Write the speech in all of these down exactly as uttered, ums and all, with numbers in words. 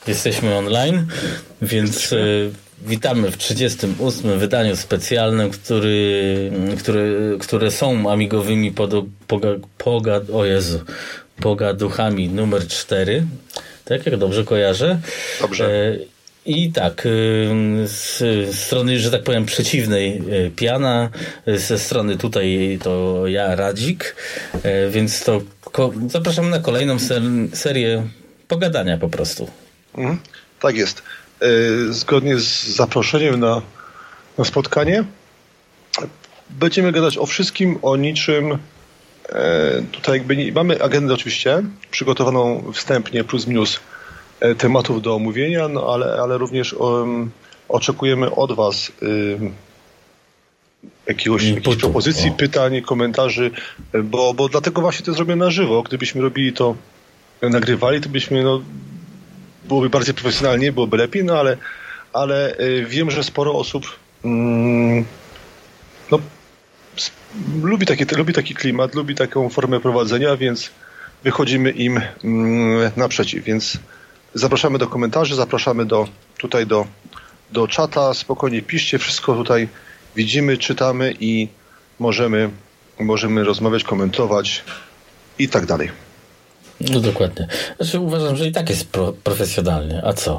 Jesteśmy online, więc y, witamy w trzydziestym ósmym wydaniu specjalnym, który, który, które są amigowymi pod, poga, poga, o Jezu, pogaduchami numer cztery. Tak, jak dobrze kojarzę. Dobrze. E, I tak, z strony, że tak powiem, przeciwnej Piana, ze strony tutaj to ja, Radzik, więc to ko- zapraszam na kolejną ser- serię pogadania po prostu. Mhm, tak jest. Zgodnie z zaproszeniem na, na spotkanie będziemy gadać o wszystkim, o niczym. Tutaj jakby nie, mamy agendę oczywiście przygotowaną wstępnie plus minus tematów do omówienia, no ale, ale również um, oczekujemy od Was um, jakiegoś, jakichś propozycji, o. pytań, komentarzy, bo, bo dlatego właśnie to zrobię na żywo. Gdybyśmy robili to, nagrywali, to byśmy, no, byłoby bardziej profesjonalnie, byłoby lepiej, no ale, ale y, wiem, że sporo osób mm, no, lubi, takie, lubi taki klimat, lubi taką formę prowadzenia, więc wychodzimy im mm, naprzeciw, więc zapraszamy do komentarzy, zapraszamy do, tutaj do, do czata, spokojnie piszcie, wszystko tutaj widzimy, czytamy i możemy, możemy rozmawiać, komentować i tak dalej. No dokładnie. Znaczy uważam, że i tak jest pro, profesjonalnie, a co?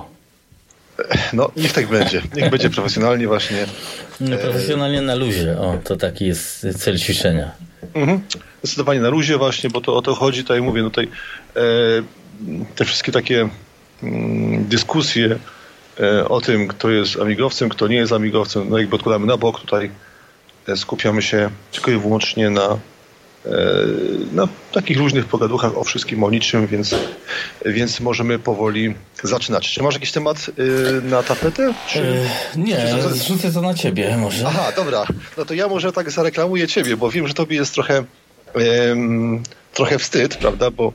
No niech tak będzie, niech będzie profesjonalnie właśnie. No, profesjonalnie na luzie, o, to taki jest cel ćwiczenia. Mhm. Zdecydowanie na luzie właśnie, bo to o to chodzi, tutaj mówię, no tutaj e, te wszystkie takie dyskusje o tym, kto jest amigowcem, kto nie jest amigowcem, no jakby odkładamy na bok, tutaj skupiamy się tylko i wyłącznie na, na takich różnych pogaduchach o wszystkim, o niczym, więc, więc możemy powoli zaczynać. Czy masz jakiś temat na tapetę? Czy... Yy, nie, czy to... zrzucę to na ciebie może. Aha, dobra. No to ja może tak zareklamuję ciebie, bo wiem, że tobie jest trochę um, trochę wstyd, prawda, bo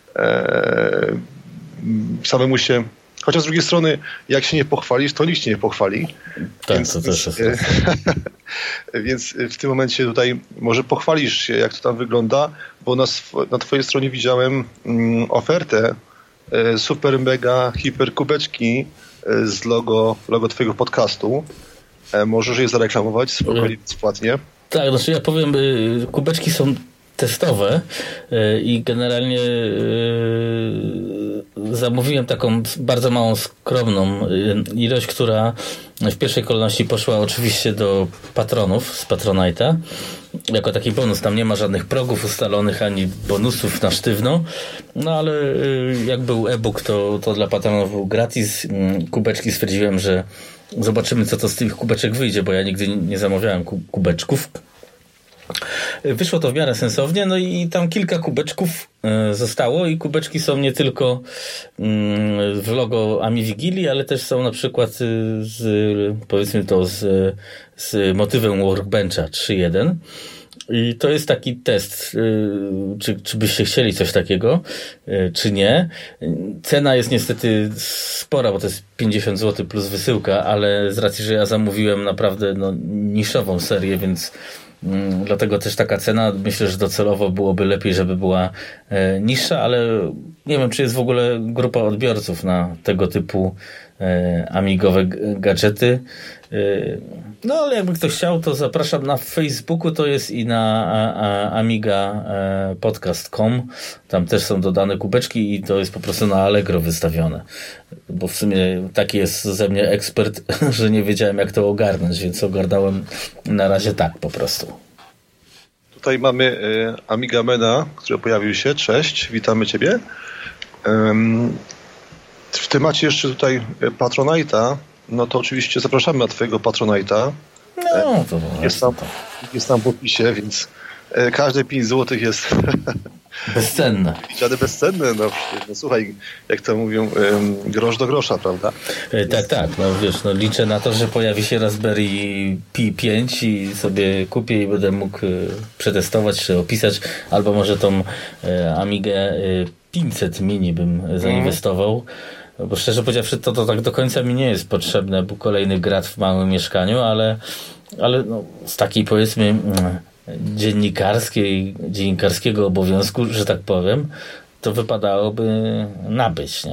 um, samemu się... Chociaż z drugiej strony, jak się nie pochwalisz, to nikt się nie pochwali. Tak, więc, to też jest. Więc w tym momencie tutaj może pochwalisz się, jak to tam wygląda, bo na, sw- na twojej stronie widziałem mm, ofertę e, super, mega, hiper kubeczki e, z logo, logo twojego podcastu. E, możesz je zareklamować spokojnie, bezpłatnie. Tak, znaczy ja powiem, y, kubeczki są testowe y, i generalnie y, zamówiłem taką bardzo małą, skromną ilość, która w pierwszej kolejności poszła oczywiście do patronów z Patronite'a. Jako taki bonus. Tam nie ma żadnych progów ustalonych, ani bonusów na sztywno. No ale jak był e-book, to, to dla patronów był gratis. Kubeczki stwierdziłem, że zobaczymy, co to z tych kubeczek wyjdzie, bo ja nigdy nie zamawiałem kubeczków. Wyszło to w miarę sensownie, no i tam kilka kubeczków zostało i kubeczki są nie tylko w logo Ami Wigilii, ale też są na przykład z, powiedzmy to, z, z motywem Workbencha trzy jeden. I to jest taki test, czy, czy byście chcieli coś takiego, czy nie. Cena jest niestety spora, bo to jest pięćdziesiąt złotych plus wysyłka, ale z racji, że ja zamówiłem naprawdę no, niszową serię, więc dlatego też taka cena, myślę, że docelowo byłoby lepiej, żeby była e, niższa, ale nie wiem, czy jest w ogóle grupa odbiorców na tego typu e, amigowe g- gadżety. E, no ale jakby ktoś chciał, to zapraszam na Facebooku, to jest i na a, a, amiga podcast kropka com. Tam też są dodane kubeczki i to jest po prostu na Allegro wystawione. Bo w sumie taki jest ze mnie ekspert, że nie wiedziałem, jak to ogarnąć, więc ogarnąłem na razie tak po prostu. Tutaj mamy y, Amigamena, który pojawił się. Cześć, witamy ciebie. Ym, w temacie jeszcze tutaj Patronite'a, no to oczywiście zapraszamy na twojego Patronite'a. No, to jest tam, jest tam w opisie, więc y, każde pięć złotych jest bezcenne. Żadne bezcenne, no, no słuchaj, jak to mówią, ym, grosz do grosza, prawda? E, tak, tak, no wiesz, no liczę na to, że pojawi się Raspberry Pi pięć i sobie kupię i będę mógł y, przetestować, czy opisać, albo może tą y, Amigę y, pięćset mini bym zainwestował, mm. bo szczerze powiedziawszy, to, to tak do końca mi nie jest potrzebne, bo kolejny grat w małym mieszkaniu, ale, ale no, z takiej powiedzmy dziennikarskiej, dziennikarskiego obowiązku, że tak powiem, to wypadałoby nabyć, nie?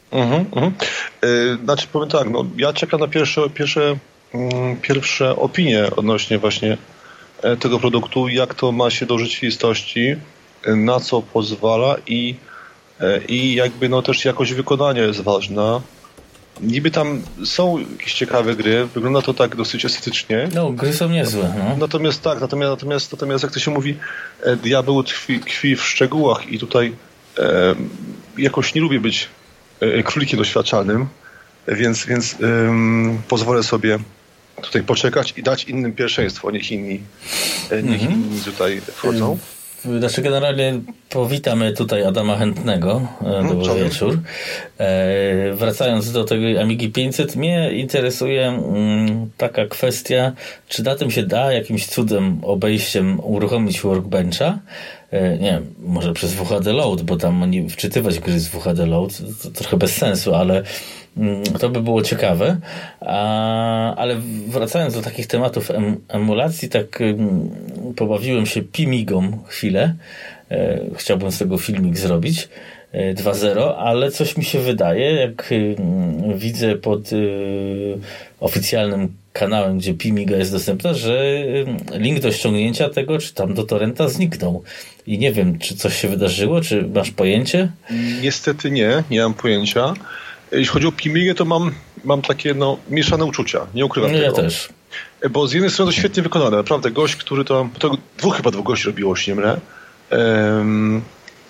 Mhm, mhm. Yy, znaczy powiem tak, no, ja czekam na pierwsze, pierwsze, mm, pierwsze opinie odnośnie właśnie tego produktu, jak to ma się do rzeczywistości, na co pozwala i, i jakby no też jakość wykonania jest ważna. Niby tam są jakieś ciekawe gry, wygląda to tak dosyć estetycznie. No, gry są niezłe. No. Natomiast tak, natomiast, natomiast, natomiast jak to się mówi, diabeł tkwi, tkwi w szczegółach i tutaj e, jakoś nie lubię być e, królikiem doświadczalnym, więc, więc e, pozwolę sobie tutaj poczekać i dać innym pierwszeństwo, niech inni, niech mm-hmm. inni tutaj wchodzą. Znaczy generalnie powitamy tutaj Adama Chętnego. Dobry hmm, wieczór. E, wracając do tego Amigi pięćset, mnie interesuje mm, taka kwestia, czy na tym się da jakimś cudem, obejściem uruchomić Workbencha. E, nie wiem, może przez W H D Load, bo tam nie wczytywać gry z W H D Load, to, to trochę bez sensu, ale to by było ciekawe. A, ale wracając do takich tematów em, emulacji, tak um, pobawiłem się Pimigą chwilę. E, chciałbym z tego filmik zrobić. E, dwa zero, ale coś mi się wydaje, jak y, widzę pod y, oficjalnym kanałem, gdzie Pimiga jest dostępna, że y, link do ściągnięcia tego, czy tam do torrenta zniknął. I nie wiem, czy coś się wydarzyło, czy masz pojęcie? Niestety nie, nie mam pojęcia. Jeśli chodzi o Pimigę, to mam, mam takie no, mieszane uczucia. Nie ukrywam no, tego. Ja też. Bo z jednej strony to świetnie wykonane. Naprawdę gość, który to... to dwóch chyba dwóch gości robiło, jeśli nie mylę. Um,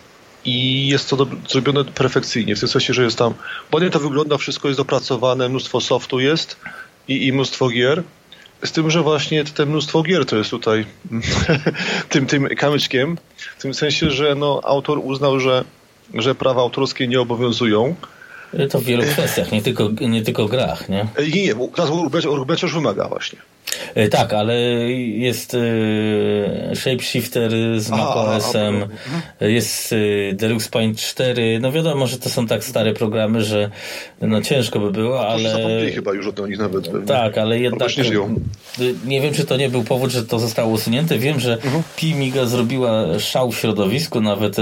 I jest to do, zrobione perfekcyjnie. W tym sensie, że jest tam... Ładnie to wygląda, wszystko jest dopracowane, mnóstwo softu jest i, i mnóstwo gier. Z tym, że właśnie te mnóstwo gier to jest tutaj tym, tym kamyczkiem. W tym sensie, że no, autor uznał, że, że prawa autorskie nie obowiązują. To w wielu kwestiach, nie tylko, nie tylko grach, nie? Nie, nie, teraz Workbench już wymaga właśnie. Tak, ale jest y, Shapeshifter z macOS-em, jest y, Deluxe Paint cztery, no wiadomo, że to są tak stare programy, że no ciężko by było, to ale... zapomnieli chyba już od nich nawet. Pewnie. Tak, ale jednak... Nie, żyją. nie wiem, czy to nie był powód, że to zostało usunięte. Wiem, że uh-huh. Pimiga zrobiła szał w środowisku, nawet y,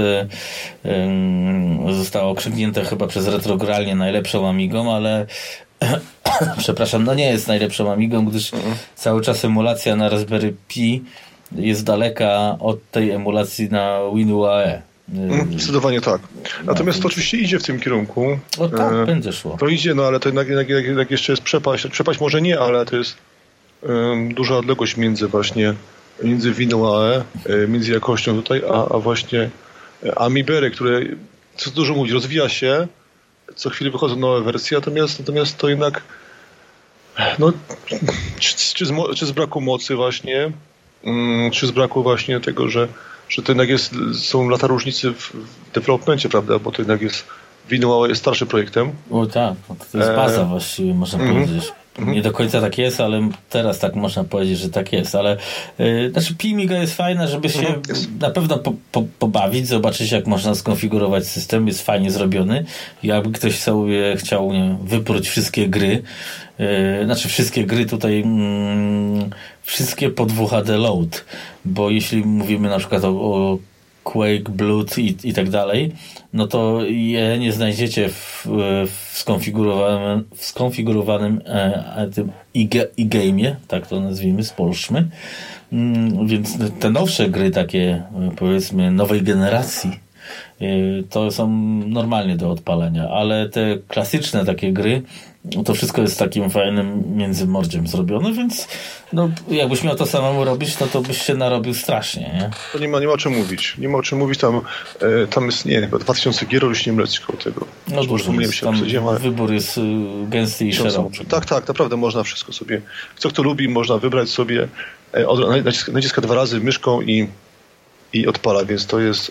y, została okrzyknięta chyba przez Retrogralnie najlepszą Amigą, ale przepraszam, no nie jest najlepszą Amigą, gdyż mhm. cały czas emulacja na Raspberry Pi jest daleka od tej emulacji na WinUAE. Mm, zdecydowanie tak. Natomiast no, to oczywiście idzie w tym kierunku. O tak, e, będzie szło. To idzie, no ale to jednak, jednak, jednak jeszcze jest przepaść. Przepaść może nie, ale to jest um, duża odległość między właśnie między WinUAE, e, między jakością tutaj, a, a właśnie Amibery, które, co dużo mówi, rozwija się. Co chwilę wychodzą nowe wersje, natomiast, natomiast to jednak no, czy, czy, z, czy z braku mocy właśnie, um, czy z braku właśnie tego, że, że to jednak jest, są lata różnicy w, w developmencie, prawda, bo to jednak jest WinUAE jest starszym projektem. O tak, to jest baza e... właściwie, można mm-hmm. powiedzieć. Nie do końca tak jest, ale teraz tak można powiedzieć, że tak jest, ale yy, znaczy Pimiga jest fajna, żeby się mm-hmm. na pewno po, po, pobawić, zobaczyć jak można skonfigurować system, jest fajnie zrobiony. Jakby ktoś sobie chciał nie wiem, wypróć wszystkie gry, yy, znaczy wszystkie gry tutaj yy, wszystkie pod W H D Load, bo jeśli mówimy na przykład o, o Quake, Blood i, i tak dalej, no to je nie znajdziecie w, w skonfigurowanym, w skonfigurowanym e, tym e-game'ie, tak to nazwijmy, spolszmy. Mm, więc te nowsze gry, takie powiedzmy nowej generacji, y, to są normalnie do odpalenia, ale te klasyczne takie gry, to wszystko jest takim fajnym międzymordziem zrobione, więc no, jakbyś miał to samemu robić, no to byś się narobił strasznie, nie? To nie ma, nie ma o czym mówić. Nie ma o czym mówić. Tam, e, tam jest, nie chyba dwa tysiące gier, już nie mleć koło tego. No dużo jest, się tam ale... wybór jest y, gęsty i szeroki. Tak, tak, naprawdę można wszystko sobie. Kto kto lubi, można wybrać sobie, e, od, naciska, naciska dwa razy myszką i, i odpala, więc to jest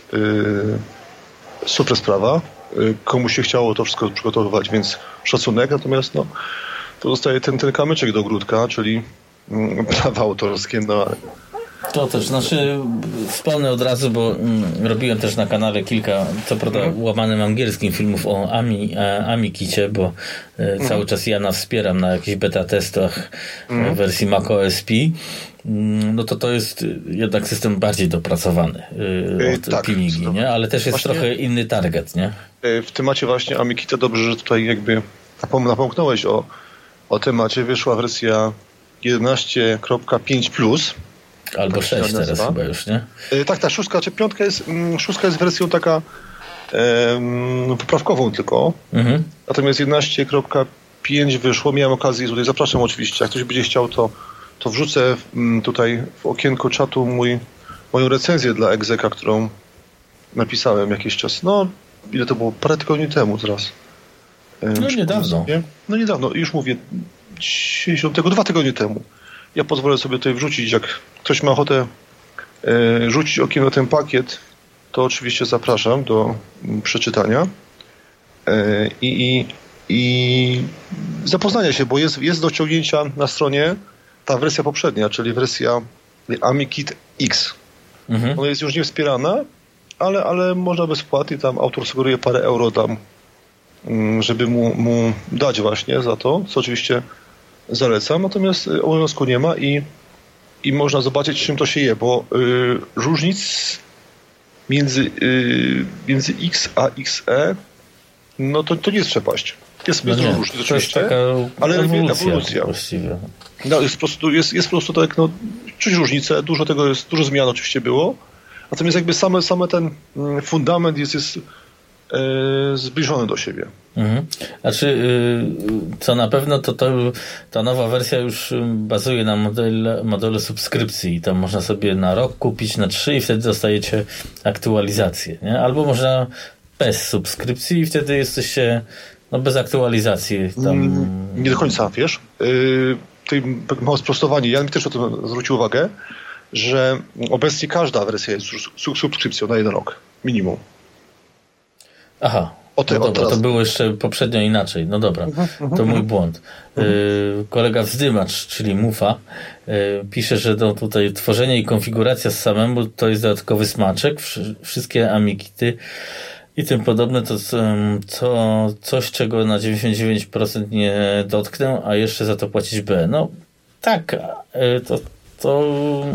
y, super sprawa. Komu się chciało to wszystko przygotowywać, więc szacunek, natomiast no, to zostaje ten, ten kamyczek do ogródka, czyli mm, prawa autorskie, no ale... To też, znaczy wspomnę od razu, bo mm, robiłem też na kanale kilka, co prawda mm. łamanym angielskim filmów o Ami, AmiKicie, bo y, mm. cały czas ja nas wspieram na jakichś beta testach mm. w wersji macOS P. No to to jest jednak system bardziej dopracowany yy, od tak, Pimigi, nie? Ale też jest właśnie, trochę inny target, nie? w temacie właśnie Amikita dobrze, że tutaj jakby napomknąłeś o, o temacie. Wyszła wersja jedenaście kropka pięć plus. Albo tak sześć teraz chyba już, nie? Tak, ta szóstka czy piątka jest, szóstka jest wersją taka um, poprawkową tylko. Mhm. Natomiast jedenaście kropka pięć wyszło. Miałem okazję tutaj, zapraszam oczywiście, jak ktoś będzie chciał, to, to wrzucę tutaj w okienko czatu mój, moją recenzję dla Exeka, którą napisałem jakiś czas. No, ile to było? Parę tygodni temu teraz. No niedawno. Sobie. No niedawno, już mówię, dziesiątego, dwa tygodnie temu. Ja pozwolę sobie tutaj wrzucić, jak ktoś ma ochotę e, rzucić okiem na ten pakiet, to oczywiście zapraszam do m, przeczytania e, i, i, i zapoznania się, bo jest, jest do ściągnięcia na stronie ta wersja poprzednia, czyli wersja AmiKit X. Mhm. Ona jest już nie wspierana, ale, ale można bez płaty, tam autor sugeruje parę euro tam, żeby mu, mu dać właśnie za to, co oczywiście zalecam, natomiast obowiązku nie ma i, i można zobaczyć, czym to się je, bo y, różnic między, y, między X a X E, no to, to nie jest przepaść. Jest, no jest nie, różnic oczywiście, taka ale ewolucja. ewolucja. Właściwie. No, jest, po prostu, jest, jest po prostu tak, no, czuć różnicę, dużo tego jest, dużo zmian oczywiście było, natomiast jakby same, same ten fundament jest, jest e, zbliżony do siebie. Mhm. Znaczy, co na pewno, to, to ta nowa wersja już bazuje na modele, modelu subskrypcji i tam można sobie na rok kupić, na trzy i wtedy dostajecie aktualizację, nie? Albo można bez subskrypcji i wtedy jesteście no, bez aktualizacji. Tam... Nie do końca, wiesz? Yy, tutaj małe sprostowanie. Ja mi też o tym zwrócił uwagę, że obecnie każda wersja jest subskrypcją na jeden rok. Minimum. Aha. O te, no dobra, to było jeszcze poprzednio inaczej. No dobra, to mój błąd. Yy, kolega Wzdymacz, czyli Mufa, yy, pisze, że to tutaj tworzenie i konfiguracja z samemu to jest dodatkowy smaczek. Wszystkie amikity i tym podobne to co, coś, czego na dziewięćdziesiąt dziewięć procent nie dotknę, a jeszcze za to płacić B. No tak, yy, to, to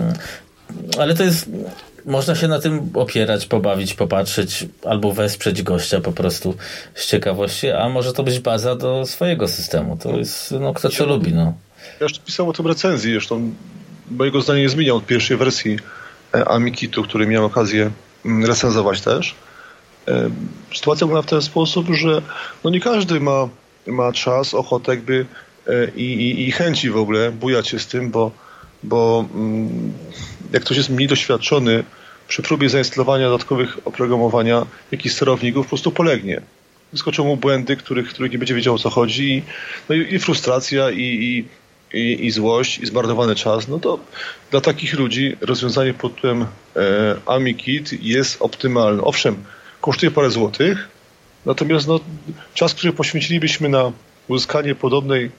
ale to jest... Można się na tym opierać, pobawić, popatrzeć albo wesprzeć gościa po prostu z ciekawości, a może to być baza do swojego systemu. To jest, no kto co ja, lubi, no. Ja już pisałem o tym recenzji, zresztą mojego zdania nie zmieniał od pierwszej wersji AmiKitu, który miałem okazję recenzować też. Sytuacja wygląda w ten sposób, że no nie każdy ma, ma czas, ochotę jakby i, i, i chęci w ogóle bujać się z tym, bo bo jak ktoś jest mniej doświadczony przy próbie zainstalowania dodatkowych oprogramowania jakichś sterowników, po prostu polegnie. Wyskoczą mu błędy, których, których nie będzie wiedział, o co chodzi. No i, i frustracja, i, i, i, i złość, i zmarnowany czas. No to dla takich ludzi rozwiązanie pod tytułem e, AmiKit jest optymalne. Owszem, kosztuje parę złotych, natomiast no, czas, który poświęcilibyśmy na uzyskanie podobnej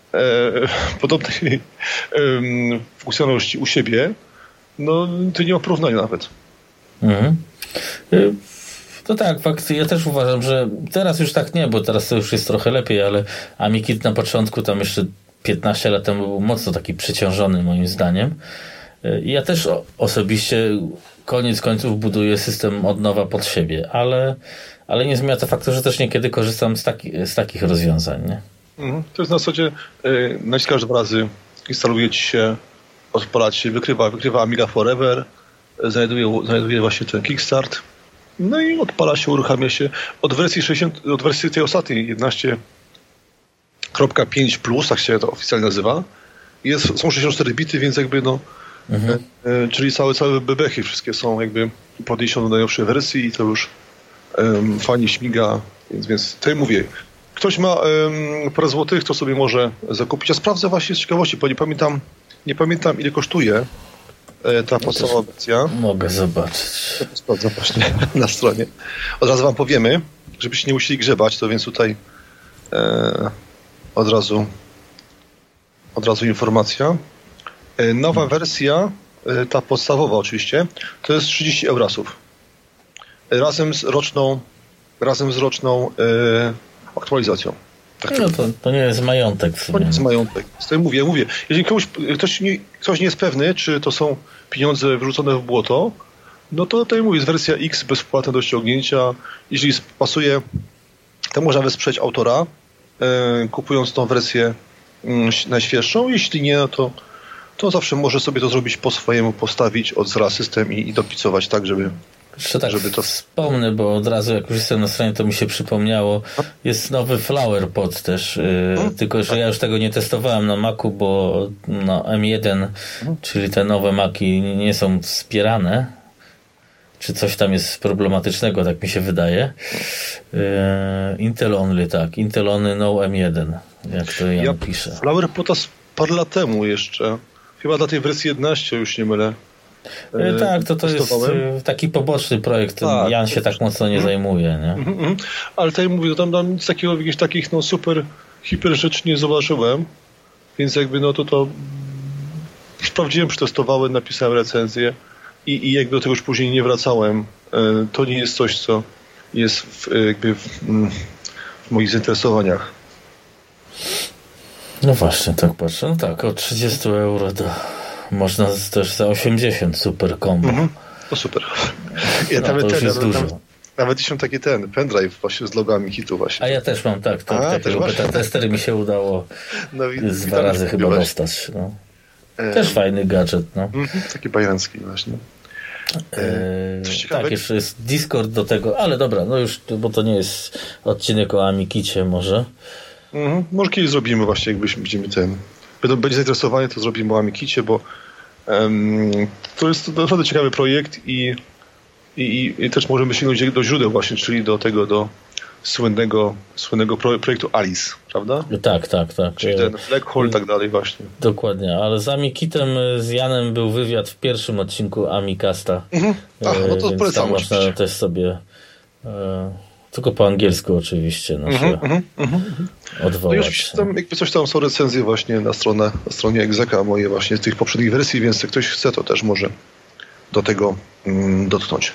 podobnej funkcjonalności u siebie, no to nie ma porównania nawet. Mhm. To tak, fakt, ja też uważam, że teraz już tak nie, bo teraz to już jest trochę lepiej, ale AmiKit na początku, tam jeszcze piętnaście lat temu był mocno taki przeciążony moim zdaniem. I ja też osobiście koniec końców buduję system od nowa pod siebie, ale, ale nie zmienia to faktu, że też niekiedy korzystam z, taki, z takich rozwiązań, nie? To jest na zasadzie yy, naciskasz dwa razy, instaluje ci się, odpala ci się, wykrywa, wykrywa Amiga Forever, znajduje, znajduje właśnie ten Kickstart, no i odpala się, uruchamia się. Od wersji sześćdziesiąt, od wersji tej ostatniej jedenaście kropka pięć plus, tak się to oficjalnie nazywa, jest, są sześćdziesiąt cztery bity, więc jakby no, mhm. yy, czyli całe, całe bebechy wszystkie są jakby podniesione do najnowszej wersji i to już yy, fajnie śmiga, więc, więc tutaj mówię, ktoś ma um, parę złotych, to sobie może zakupić. Ja sprawdzę właśnie z ciekawości, bo nie pamiętam, nie pamiętam ile kosztuje e, ta podstawowa wersja. Mogę zobaczyć. To sprawdzę właśnie na stronie. Od razu wam powiemy, żebyście nie musieli grzebać, to więc tutaj e, od razu od razu informacja. E, nowa hmm. wersja, e, ta podstawowa oczywiście, to jest trzydzieści eurasów. E, razem z roczną razem z roczną e, aktualizacją. Tak no to, to nie jest majątek w sumie. To nie jest majątek. Z tym mówię, mówię. Jeżeli komuś, ktoś, nie, ktoś nie jest pewny, czy to są pieniądze wyrzucone w błoto, no to tutaj mówię, jest wersja X bezpłatna do ściągnięcia. Jeśli pasuje, to można wesprzeć autora, e, kupując tą wersję m, najświeższą. Jeśli nie, no to, to zawsze może sobie to zrobić po swojemu, postawić od zera system i, i dopicować tak, żeby... Jeszcze tak żeby to... wspomnę, bo od razu jak już jestem na stronie, to mi się przypomniało, jest nowy Flowerpot też, yy, hmm? tylko że ja już tego nie testowałem na Macu, bo no, M jeden, hmm? czyli te nowe Maci nie są wspierane, czy coś tam jest problematycznego, tak mi się wydaje. Yy, Intel Only, tak, Intel Only No M jeden, jak to ja, ja piszę. Flowerpota z parę lat temu jeszcze, chyba dla tej wersji jedenaście, już nie mylę. E, tak, to to jest taki poboczny projekt. Tak, Jan się tak mocno nie zajmuje. Nie? Mm, mm, ale tutaj mówię, no tam, tam nic takiego, jakichś takich no, super, hiper rzeczy nie zauważyłem, więc jakby no to to sprawdziłem, przetestowałem, napisałem recenzję i, i jakby do tego już później nie wracałem. E, to nie jest coś, co jest w, jakby w, w moich zainteresowaniach. No właśnie, tak patrzę. No tak, od trzydzieści euro do... Można też za osiemdziesiąt super combo. Mm-hmm. To super. Ja no, nawet to już ten, jest nawet, dużo. Tam, nawet są taki ten pendrive właśnie z logami hitu właśnie. A ja też mam, tak. tak A, takiego beta testery mi się udało no, i, z dwa razy chyba właśnie dostać. No. Też e... fajny gadżet. No. Mm-hmm, taki bajerancki właśnie. E... Coś tak, jeszcze jest Discord do tego, ale dobra, no już, bo to nie jest odcinek o Amikicie może. Mm-hmm. Może kiedyś zrobimy właśnie, jakbyśmy będziemy ten... Będą, będzie zainteresowani, to zrobimy o Amikicie, bo um, to jest naprawdę ciekawy projekt i, i, i też możemy sięgnąć do źródeł właśnie, czyli do tego, do słynnego, słynnego projektu Alice, prawda? Tak, tak, tak. Czyli ten Black Hole i tak dalej właśnie. Dokładnie, ale z Amikitem, z Janem był wywiad w pierwszym odcinku Amikasta. Mhm. Ach, no to więc polecam tam można oczywiście. też sobie e, tylko po angielsku oczywiście no, się mm-hmm, mm-hmm. odwołać. No już tam, jakby coś tam są recenzje właśnie na, stronę, na stronie Exeka moje właśnie z tych poprzednich wersji, więc jak ktoś chce, to też może do tego mm, dotknąć.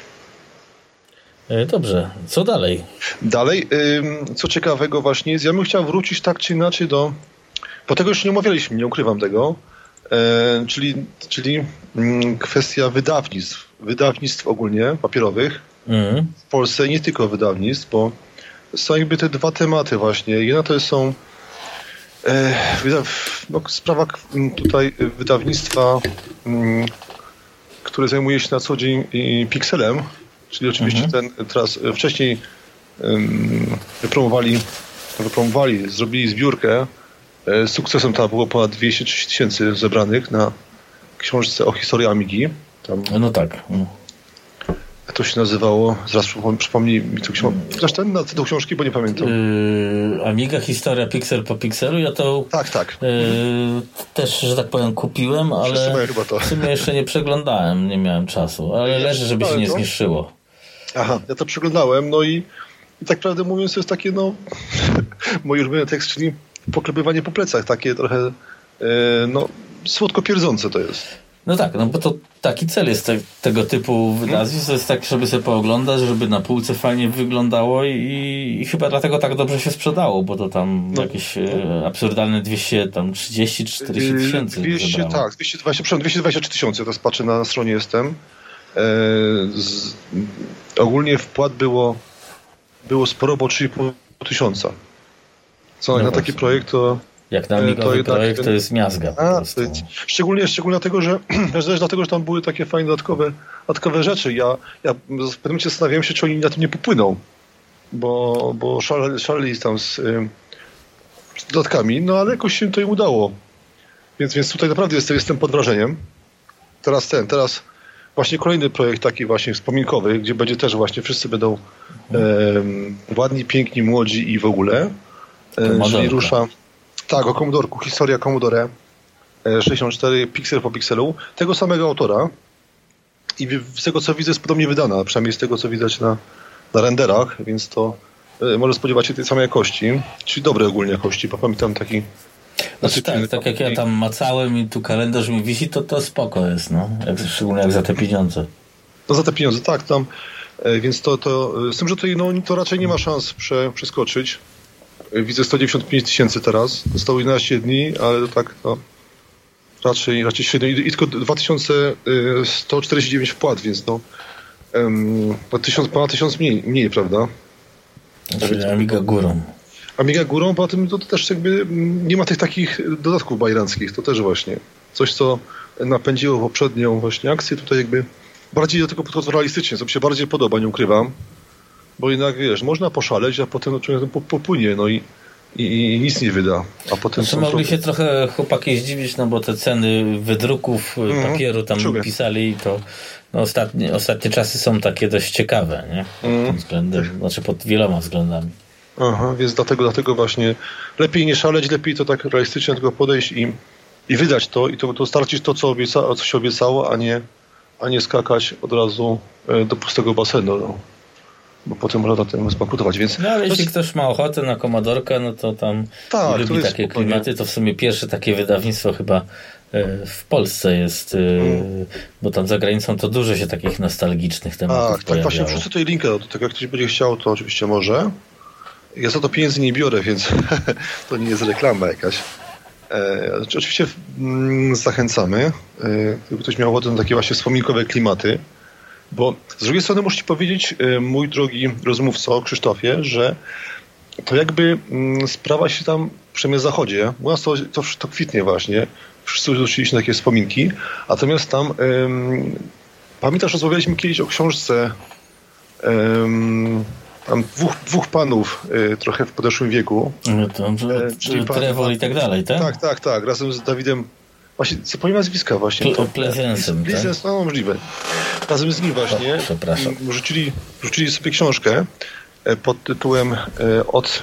Dobrze, co dalej? Dalej, ym, co ciekawego właśnie jest, ja bym chciał wrócić tak czy inaczej do, bo tego już nie omawialiśmy, nie ukrywam tego, e, czyli, czyli mm, kwestia wydawnictw, wydawnictw ogólnie papierowych, Mm. w Polsce, nie tylko wydawnictw, bo są jakby te dwa tematy właśnie. Jedna to są e, wyda- no, sprawa tutaj wydawnictwa, m, które zajmuje się na co dzień i Pixelem, czyli oczywiście mm-hmm. ten teraz wcześniej um, wypromowali, wypromowali, zrobili zbiórkę. E, sukcesem tam było ponad dwieście trzydzieści tysięcy zebranych na książce o historii Amigi. Tam, no tak. Mm. To się nazywało, zaraz przypomnij mi to książkę. Zresztą na tytuł książki, bo nie pamiętam. Yy, Amiga, historia piksel po pikselu. Ja to tak, tak. Yy, też, że tak powiem, kupiłem, ale chyba to. w sumie jeszcze nie przeglądałem, nie miałem czasu, ale ja leży, żeby się nie to? zniszczyło. Aha, ja to przeglądałem, no i, i tak prawdę mówiąc to jest takie, no mój ulubiony tekst, czyli poklepywanie po plecach, takie trochę yy, no słodko pierdzące to jest. No tak, no bo to taki cel jest te, tego typu wydawnictw, to jest tak, żeby sobie pooglądać, żeby na półce fajnie wyglądało i, i chyba dlatego tak dobrze się sprzedało, bo to tam no. jakieś e, absurdalne dwieście trzydzieści czterdzieści tysięcy dwieście, tak, dwieście dwadzieścia, dwieście dwadzieścia trzy tysiące, teraz patrzę na stronie jestem. E, z, ogólnie wpłat było było sporo, bo trzy i pół tysiąca. Co no na taki projekt to jak na amigowy to projekt, ten... to jest miazga. A, to jest, szczególnie, szczególnie dlatego, że dlatego, że tam były takie fajne dodatkowe, dodatkowe rzeczy. Ja, ja w pewnym momencie zastanawiałem się, czy oni na tym nie popłyną, bo, bo szaleli, szaleli tam z, y, z dodatkami, no ale jakoś się to im udało. Więc, więc tutaj naprawdę jestem, jestem pod wrażeniem. Teraz ten, teraz właśnie kolejny projekt taki właśnie wspominkowy, gdzie będzie też właśnie wszyscy będą hmm. y, ładni, piękni, młodzi i w ogóle. Y, czyli rusza tak, o Commodorku, historia Commodore sześćdziesiąt cztery, piksel po pikselu, tego samego autora i z tego co widzę jest podobnie wydana, przynajmniej z tego co widać na, na renderach, więc to y, może spodziewać się tej samej jakości, czyli dobrej ogólnie jakości, bo pamiętam taki znaczy, tak, tak jak ja tam macałem i tu kalendarz mi wisi, to to spoko jest, no, jak, szczególnie jak za te pieniądze. No za te pieniądze, tak, tam, y, więc to, to z tym, że to, no, to raczej nie ma szans prze, przeskoczyć. Widzę sto dziewięćdziesiąt pięć tysięcy teraz. Zostało jedenaście dni, ale to tak no, raczej, raczej średnio. I, i tylko dwa tysiące sto czterdzieści dziewięć wpłat, więc no um, tysiąc, ponad tysiąc mniej, mniej, prawda? Czyli Amiga górą. Amiga górą, poza tym to też jakby nie ma tych takich dodatków bajranckich. To też właśnie coś, co napędziło poprzednią właśnie akcję. Tutaj jakby bardziej do tego podchodzę realistycznie, co mi się bardziej podoba, nie ukrywam. Bo jednak, wiesz, można poszaleć, a potem człowiek popłynie, no i, i, i nic nie wyda. A potem znaczy, mogli się trochę chłopaki zdziwić, no bo te ceny wydruków mm, papieru tam czuję. pisali, to no, ostatnie, ostatnie czasy są takie dość ciekawe, nie? Pod mm. tym względem, znaczy pod wieloma względami. Aha, więc dlatego, dlatego właśnie lepiej nie szaleć, lepiej to tak realistycznie do tego podejść i, i wydać to i to dostarczyć to, co, obieca, co się obiecało, a nie, a nie skakać od razu do pustego basenu. No. Bo potem można na tym zbankrutować, więc... No ale jeśli jest... ktoś ma ochotę na Commodorkę, no to tam tak, lubi to takie spokojnie. Klimaty, to w sumie pierwsze takie wydawnictwo chyba w Polsce jest, hmm. bo tam za granicą to dużo się takich nostalgicznych tematów tak, tak, właśnie wrzucę tutaj linkę do tego, jak ktoś będzie chciał, to oczywiście może. Ja za to pieniędzy nie biorę, więc to nie jest reklama jakaś. E, oczywiście mm, zachęcamy, e, gdyby ktoś miał ochotę na takie właśnie wspominkowe klimaty, bo z drugiej strony muszę ci powiedzieć, e, mój drogi rozmówco, Krzysztofie, że to jakby mm, sprawa się tam, przynajmniej w zachodzie, u nas to, to, to kwitnie właśnie, wszyscy doszliśmy takie wspominki, natomiast tam ym, pamiętasz, rozmawialiśmy kiedyś o książce ym, tam dwóch, dwóch panów y, trochę w podeszłym wieku. No to, e, czyli Trevor i tak dalej, tak? Tak, tak, tak. Razem z Dawidem, właśnie, co powiem nazwiska właśnie. To Plezensem, tak? No możliwe. Razem z nim właśnie o, przepraszam. Rzucili, rzucili sobie książkę pod tytułem e, od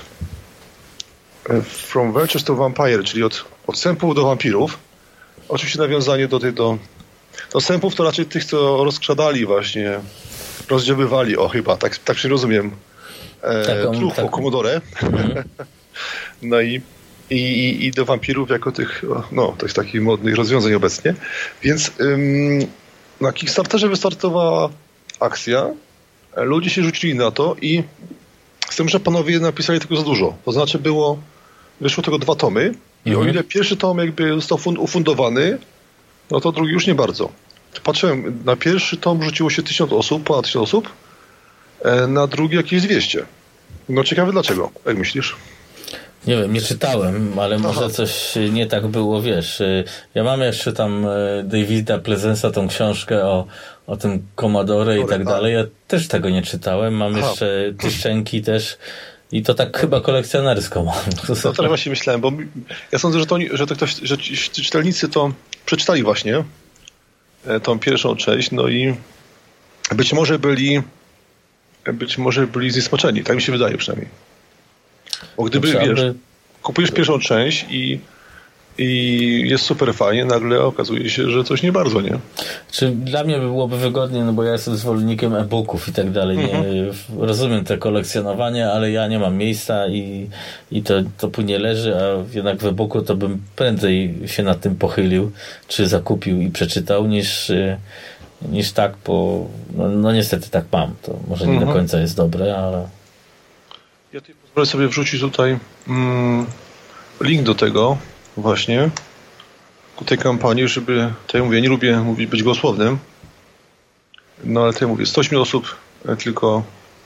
From Vultures to Vampire, czyli od, od sępów do wampirów. Oczywiście nawiązanie do tych, do, do sępów to raczej tych, co rozkradali właśnie, rozdziaływali, o chyba, tak, tak się rozumiem, e, truchło, taką. Commodore. Mm. No i, i, i do wampirów jako tych, no, tych takich modnych rozwiązań obecnie. Więc ym, na Kickstarterze wystartowała akcja, ludzie się rzucili na to i z tym, że panowie napisali tego za dużo. To znaczy było, wyszło tego dwa tomy i mhm. o ile pierwszy tom jakby został ufundowany, no to drugi już nie bardzo. Patrzyłem, na pierwszy tom rzuciło się tysiąc osób, ponad tysiąc osób, na drugi jakieś dwieście. No ciekawe dlaczego, jak myślisz? Nie wiem, nie czytałem, ale Aha. może coś nie tak było, wiesz. Ja mam jeszcze tam Davida Plezensa, tą książkę o, o tym Commodore i tak dalej. Ja też tego nie czytałem. Mam Aha. jeszcze Tyszczenki też i to tak chyba kolekcjonersko mam. No to właśnie myślałem, bo ja sądzę, że to, że to ktoś, że ci czytelnicy to przeczytali właśnie tą pierwszą część, no i być może byli być może byli zniesmaczeni. Tak mi się wydaje przynajmniej. Bo gdyby, wiesz, aby... kupujesz pierwszą część i, i jest super fajnie, nagle okazuje się, że coś nie bardzo, nie? Czy dla mnie byłoby wygodnie, no bo ja jestem zwolennikiem e-booków i tak dalej. Mhm. Nie, rozumiem te kolekcjonowanie, ale ja nie mam miejsca i, i to, to później leży, a jednak w e-booku to bym prędzej się nad tym pochylił, czy zakupił i przeczytał, niż, niż tak, bo no, no niestety tak mam. To może nie mhm. do końca jest dobre, ale... Ja tutaj pozwolę sobie wrzucić tutaj mm, link do tego właśnie, ku tej kampanii, żeby, tutaj mówię, nie lubię mówić, być głosłownym, no ale tutaj mówię, sto osiem osób tylko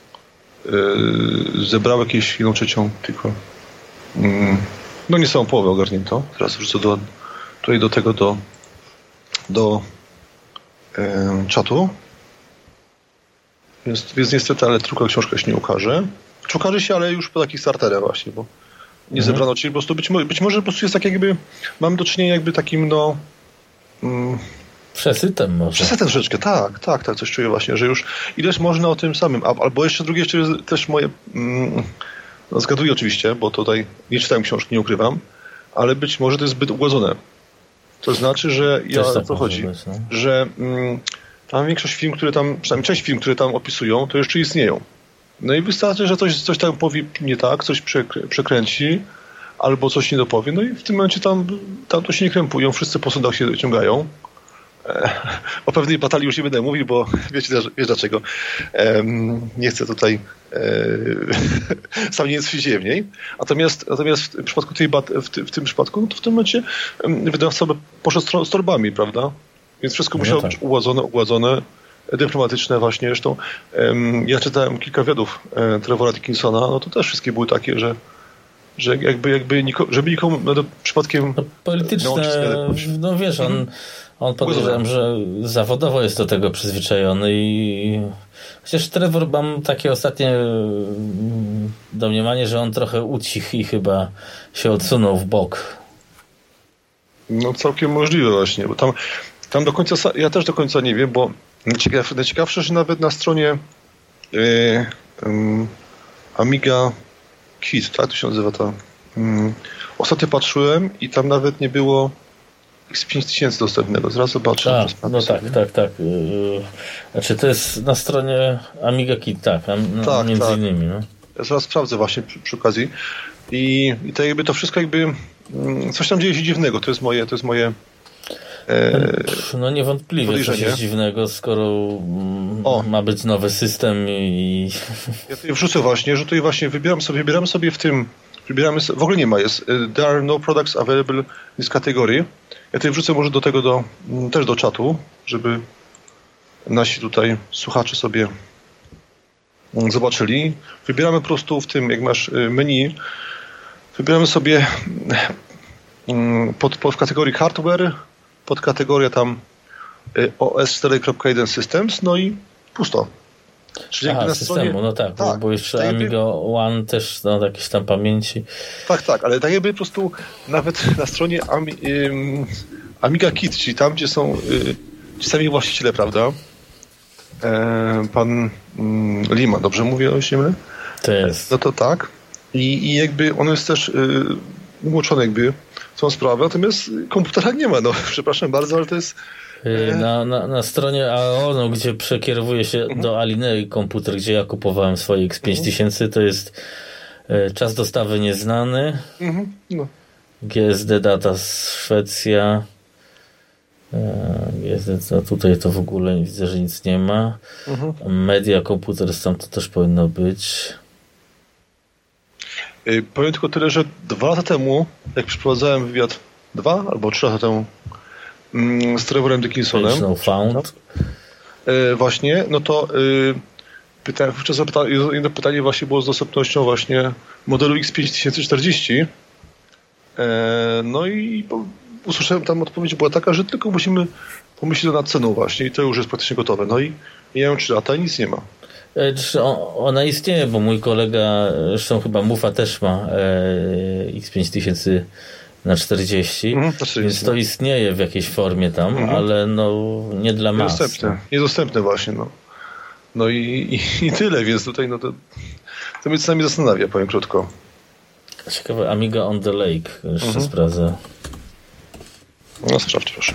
yy, zebrało jakieś jedną trzecią tylko, yy, no nie całą połowę ogarnięto. Teraz wrzucę do, tutaj do tego, do, do yy, czatu. Więc, więc niestety, ale tylko książka się nie ukaże. Czy ukaże się, ale już po takich starterach właśnie, bo nie mhm. zebrano, czyli po prostu być, być może po prostu jest tak jakby, mamy do czynienia jakby takim, no... Mm, przesytem może. Przesytem troszeczkę, tak, tak, tak, coś czuję właśnie, że już ileż można o tym samym, albo jeszcze drugie, jeszcze jest też moje, mm, no zgaduję oczywiście, bo tutaj nie czytałem książki, nie ukrywam, ale być może to jest zbyt ugładzone. To znaczy, że ja, o co chodzi, być, no? że mm, tam większość film, które tam, przynajmniej część film, które tam opisują, to jeszcze istnieją. No i wystarczy, że coś, coś tam powie nie tak, coś przekrę- przekręci, albo coś nie dopowie, no i w tym momencie tam, tam to się nie krępują, wszyscy po sądach się ciągają. E, o pewnej batalii już nie będę mówił, bo wiecie, wiesz dlaczego. E, nie chcę tutaj e, sam nie jest się w niej. Natomiast, natomiast w przypadku tej bat- w, ty, w tym przypadku, no to w tym momencie wydawca poszedł z torbami, prawda? Więc wszystko no musiało tak. być uładzone, ugładzone. dyplomatyczne właśnie. Zresztą um, ja czytałem kilka wywiadów e, Trevora Dickinsona, no to też wszystkie były takie, że że jakby, jakby niko, żeby nikomu no, przypadkiem... No, polityczne, no wiesz, on, on podejrzewam, że zawodowo jest do tego przyzwyczajony i chociaż Trevor, mam takie ostatnie domniemanie, że on trochę ucichł i chyba się odsunął w bok. No całkiem możliwe właśnie, bo tam, tam do końca, ja też do końca nie wiem, bo najciekaw, najciekawsze, że nawet na stronie yy, yy, Amiga Kit, tak to się nazywa ta. Hmm. Ostatnio patrzyłem i tam nawet nie było X pięć tysięcy dostępnego. Zaraz zobaczę. A, no tak, tak, tak. Znaczy to jest na stronie Amiga Kit, tak, no, tak między tak. innymi. No. Ja zaraz sprawdzę właśnie przy, przy okazji. I, i to jakby to wszystko jakby coś tam dzieje się dziwnego. To jest moje, to jest moje e, no niewątpliwie coś jest dziwnego, skoro o. ma być nowy system i... Ja tutaj wrzucę właśnie, że tutaj właśnie wybieram sobie, wybieram sobie w tym, wybieramy sobie, w ogóle nie ma, jest there are no products available in this category. Ja tutaj wrzucę może do tego do, też do czatu, żeby nasi tutaj słuchacze sobie zobaczyli. Wybieramy po prostu w tym, jak masz menu, wybieramy sobie pod, pod w kategorii hardware, pod kategoria tam O S cztery kropka jeden Systems, no i pusto. Czyli Aha, na systemu, stronie... no tak, tak, bo jeszcze tak Amiga jakby... One też, no jakieś tam pamięci. Tak, tak, ale tak jakby po prostu nawet na stronie Ami... um, Amiga Kit, czyli tam, gdzie są y, ci sami właściciele, prawda? E, pan um, Lima, dobrze mówię o siebie? To jest. No to tak. I, i jakby on jest też y, umoczony jakby w tą sprawę, natomiast komputera nie ma, no przepraszam bardzo, ale to jest... Na, na, na stronie A O, no, gdzie przekierowuje się mhm. do Alinei komputer, gdzie ja kupowałem swoje X pięć tysięcy, to jest e, czas dostawy nieznany, mhm. no. G S D data z Szwecja, e, G S D, no, tutaj to w ogóle widzę, że nic nie ma. Mhm. Media komputer, tam to też powinno być. Yy, powiem tylko tyle, że dwa lata temu, jak przeprowadzałem wywiad, dwa albo trzy lata temu, z Trevorem Dickinsonem. No found. E, właśnie, no to e, pytałem, wówczas jedno pytanie właśnie było z dostępnością właśnie modelu X pięć tysięcy czterdzieści. E, no i po, usłyszałem tam odpowiedź była taka, że tylko musimy pomyśleć nad ceną właśnie i to już jest praktycznie gotowe. No i mijają trzy lata i nic nie ma. Ona istnieje, bo mój kolega, zresztą chyba Mufa też ma e, X pięć tysięcy na czterdzieści, mhm, więc to istnieje w jakiejś formie tam, mhm. ale no nie dla mas. Niedostępne, niedostępne właśnie, no. No i, i, i tyle, więc tutaj no to, to mnie co najmniej zastanawia, powiem krótko. Ciekawe, Amiga on the Lake, jeszcze mhm. sprawdzę. No sprawdź proszę.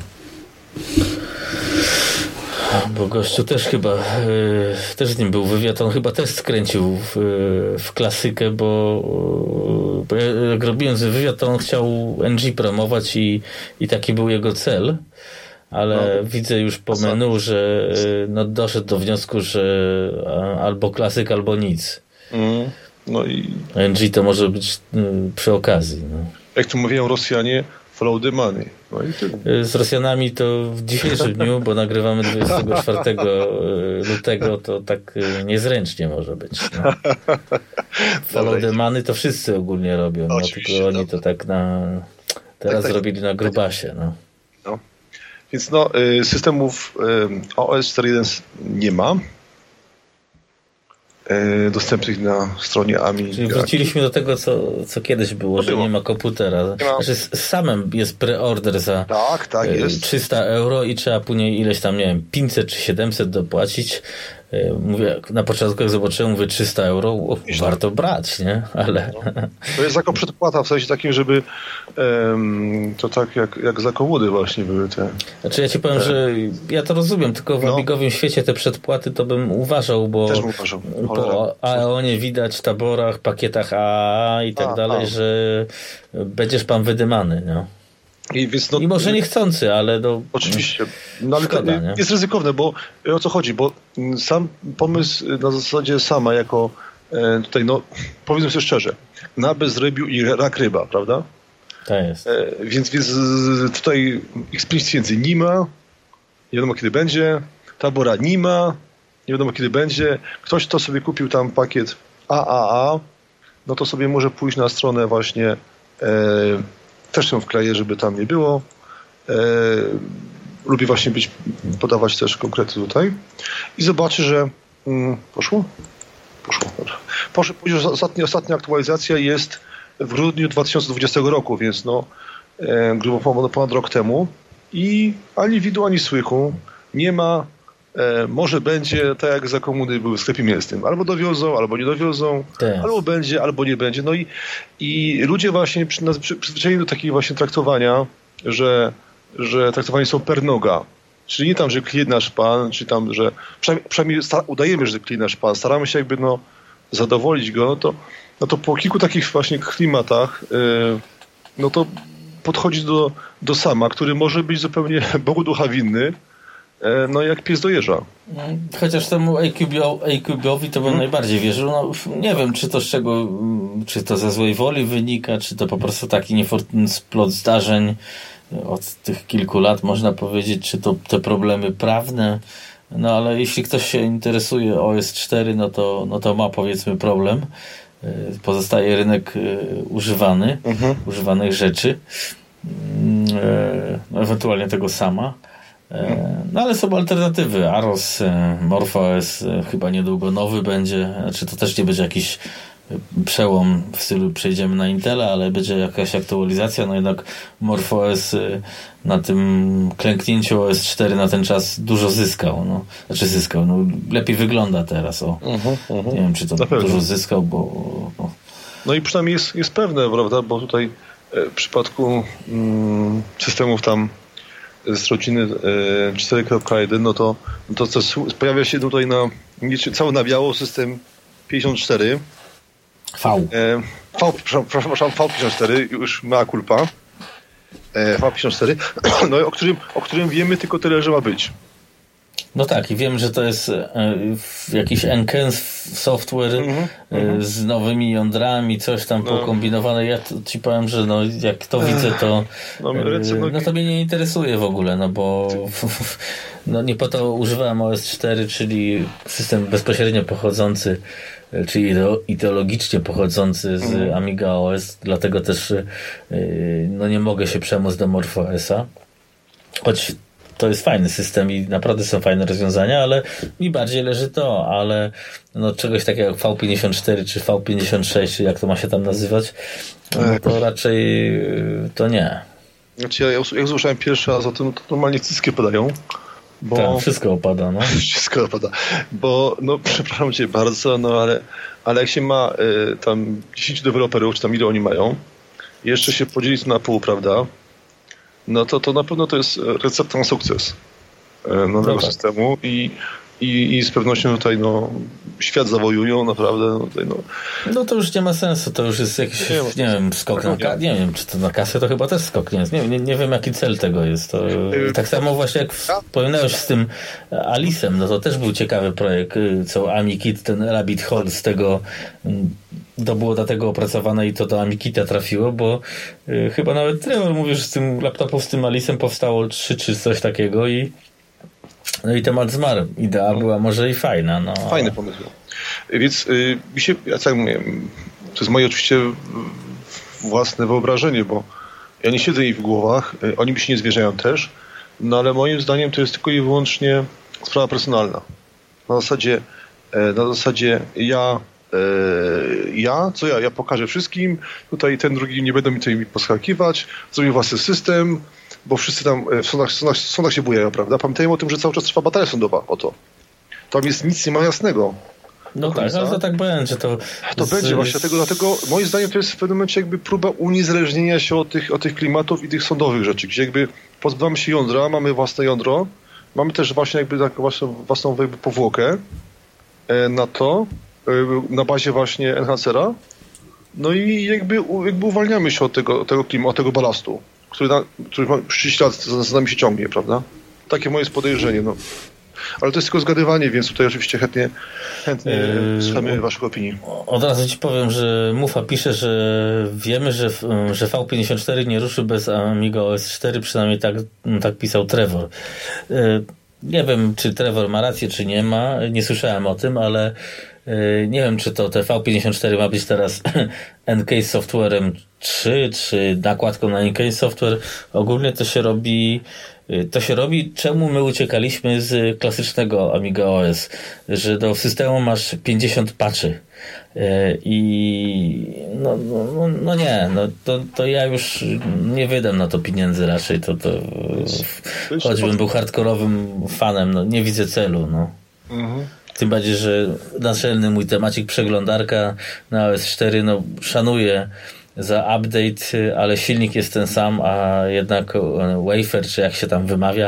Bo gościu też chyba yy, też z nim był wywiad, on chyba też skręcił w, yy, w klasykę, bo, yy, bo ja, jak robiłem wywiad, to on chciał N G promować i, i taki był jego cel, ale no. widzę już po menu, że yy, no, doszedł do wniosku, że a, albo klasyk, albo nic. Mm. No i N G to może być yy, przy okazji. No. Jak tu mówią Rosjanie, follow the money. No i tyle. Z Rosjanami to w dzisiejszym dniu, bo nagrywamy dwudziestego czwartego lutego, to tak niezręcznie może być. No. Follow the money to wszyscy ogólnie robią, no, tylko oni to tak na teraz tak, tak, zrobili na grubasie. No. No. Więc no, systemów O S cztery jeden nie ma dostępnych na stronie Amiga. Czyli wróciliśmy do tego, co, co kiedyś było, no że było. nie ma komputera. Nie ma. Znaczy, samym jest preorder za tak, tak jest. trzysta euro i trzeba później ileś tam, nie wiem, pięćset czy siedemset dopłacić. Mówię, na początku jak zobaczyłem, mówię trzysta euro, o, warto brać, nie? Ale... No. To jest jako przedpłata, w sensie takim, żeby um, to tak jak, jak za kołudy właśnie były te... Znaczy ja ci powiem, że ja to rozumiem, tylko w no. amigowym świecie te przedpłaty to bym uważał, bo Też bym uważał. po A O nie widać, taborach, pakietach A A i tak a, dalej, a. że będziesz pan wydymany, no. I, więc no, I może niechcący, ale no, oczywiście. No, ale szkoda, to jest ryzykowne, bo o co chodzi? Bo sam pomysł na zasadzie sama jako e, tutaj, no powiedzmy sobie szczerze, na bezrybiu i rak ryba, prawda? Tak jest. E, więc, więc tutaj X pięć tysięcy nie ma, nie wiadomo kiedy będzie. tabora nie ma, nie wiadomo kiedy będzie. Ktoś, kto sobie kupił tam pakiet A A A, no to sobie może pójść na stronę właśnie, e, też ją wkleję, żeby tam nie było. E, lubię właśnie być, podawać też konkrety tutaj i zobaczy, że mm, poszło? Poszło, dobra. Poszło, ostatnia, ostatnia aktualizacja jest w grudniu dwa tysiące dwudziestego roku, więc no e, grubo ponad, ponad rok temu i ani widu, ani słychu nie ma. E, może będzie tak jak za komuny były w sklepie mięsnym. Albo dowiozą, albo nie dowiozą, tak. Albo będzie, albo nie będzie. No i, i ludzie właśnie przy, przy, przyzwyczajeni do takiego właśnie traktowania, że, że traktowani są per noga. Czyli nie tam, że klient nasz pan, czy tam, że przynajmniej, przynajmniej sta, udajemy, że klient nasz pan, staramy się jakby no zadowolić go, no to, no to po kilku takich właśnie klimatach yy, no to podchodzi do, do sama, który może być zupełnie Bogu ducha winny, no jak pies dojeżdża. Chociaż temu A Q B-owi to bym hmm. najbardziej wierzył. No, nie wiem, czy to z czego, czy to ze złej woli wynika, czy to po prostu taki niefortunny splot zdarzeń od tych kilku lat, można powiedzieć, czy to te problemy prawne. No ale jeśli ktoś się interesuje O S cztery, no to, no to ma powiedzmy problem. Pozostaje rynek używany, hmm. używanych rzeczy. No, ewentualnie tego sama. No ale są alternatywy. Aros, MorphOS chyba niedługo nowy będzie. Znaczy to też nie będzie jakiś przełom w stylu przejdziemy na Intela, ale będzie jakaś aktualizacja. No jednak MorphOS na tym klęknięciu O S cztery na ten czas dużo zyskał. No, znaczy zyskał. No, lepiej wygląda teraz. O. Uh-huh, uh-huh. Nie wiem, czy to dużo zyskał, bo... bo... No i przynajmniej jest, jest pewne, prawda? Bo tutaj w przypadku mm, systemów tam z rodziny cztery kropka jeden, no to, to co pojawia się tutaj na cały na biało system pięćdziesiąt cztery. V. E, v przepraszam, V pięćdziesiąt cztery, już mea culpa. E, V pięćdziesiąt cztery, no, o, którym, o którym wiemy tylko tyle, że ma być. No tak, i wiem, że to jest e, jakiś Enhanced software mm-hmm, e, mm-hmm. z nowymi jądrami, coś tam no. pokombinowane. Ja to ci powiem, że no, jak to widzę, to no, ręce, no, no to mnie nie interesuje w ogóle, no bo no, nie po to używałem O S cztery, czyli system bezpośrednio pochodzący, czyli ideologicznie pochodzący z mm. Amiga O S, dlatego też no, nie mogę się przemóc do MorphOS-a. Choć to jest fajny system i naprawdę są fajne rozwiązania, ale mi bardziej leży to, ale no czegoś takiego jak V pięćdziesiąt cztery czy V pięćdziesiąt sześć, czy jak to ma się tam nazywać, no to raczej to nie. Znaczy ja jak usłyszałem pierwszy raz o tym, to normalnie cyckie padają. Bo... Tak, wszystko opada, no. Wszystko opada, bo no przepraszam cię bardzo, no ale, ale jak się ma y, tam dziesięciu deweloperów, czy tam ile oni mają, jeszcze się podzielić na pół, prawda? No to, to na pewno to jest recepta na sukces nowego no tak. systemu i, i, i z pewnością tutaj no, świat zawojują naprawdę. No, tutaj, no. no to już nie ma sensu, to już jest jakiś, nie, nie wiem, skok na kasę, nie wiem, czy to na kasę to chyba też skok nie jest, nie, nie, nie wiem jaki cel tego jest. To, tak samo właśnie jak wspominałeś z tym Alice'em, no to też był ciekawy projekt, co AmiKit, ten Rabbit Hole z tego to było dlatego opracowane i to do AmiKita trafiło, bo y, chyba nawet Trevor mówił, że z tym laptopu z tym Alice'em powstało trzy czy coś takiego i no i temat zmarł. Idea no. była może i fajna. No. Fajny pomysł. Więc y, mi się, ja tak mówię, to jest moje oczywiście własne wyobrażenie, bo ja nie siedzę jej w głowach, y, oni mi się nie zwierzają też, no ale moim zdaniem to jest tylko i wyłącznie sprawa personalna. Na zasadzie, y, na zasadzie ja ja, co ja? Ja pokażę wszystkim, tutaj ten drugi nie będą mi tutaj poskakiwać, zrobię własny system, bo wszyscy tam w sądach, sądach, sądach się bujają, prawda? Pamiętajmy o tym, że cały czas trwa batalia sądowa o to. Tam jest nic nie ma jasnego. No tak, ale to tak będzie. To, to z... będzie właśnie, dlatego, dlatego moim zdaniem to jest w pewnym momencie jakby próba uniezależnienia się od tych, od tych klimatów i tych sądowych rzeczy, gdzie jakby pozbywamy się jądra, mamy własne jądro, mamy też właśnie jakby taką własną, własną jakby powłokę na to, na bazie właśnie Enhancera. No i jakby, jakby uwalniamy się od tego, tego klimatu, od tego balastu, który, na, który trzydzieści lat za, za nami się ciągnie, prawda? Takie moje jest podejrzenie, no. Ale to jest tylko zgadywanie, więc tutaj oczywiście chętnie, chętnie yy, słuchamy waszych opinii. Od razu ci powiem, że Mufa pisze, że wiemy, że, że V pięćdziesiąt cztery nie ruszy bez Amiga O S cztery, przynajmniej tak, tak pisał Trevor. Yy, nie wiem, czy Trevor ma rację, czy nie ma. Nie słyszałem o tym, ale yy, nie wiem, czy to T V pięćdziesiąt cztery ma być teraz N K Software'em trzy, czy nakładką na N K Software. Ogólnie to się robi To się robi, czemu my uciekaliśmy z klasycznego Amiga O S, że do systemu masz pięćdziesiąt patchy i no, no, no nie, no to, to ja już nie wydam na to pieniędzy raczej, to, to choćbym był hardkorowym fanem, no nie widzę celu, no. Mhm. Tym bardziej, że naczelny mój temacik przeglądarka na O S cztery, no szanuję za update, ale silnik jest ten sam, a jednak wafer, czy jak się tam wymawia,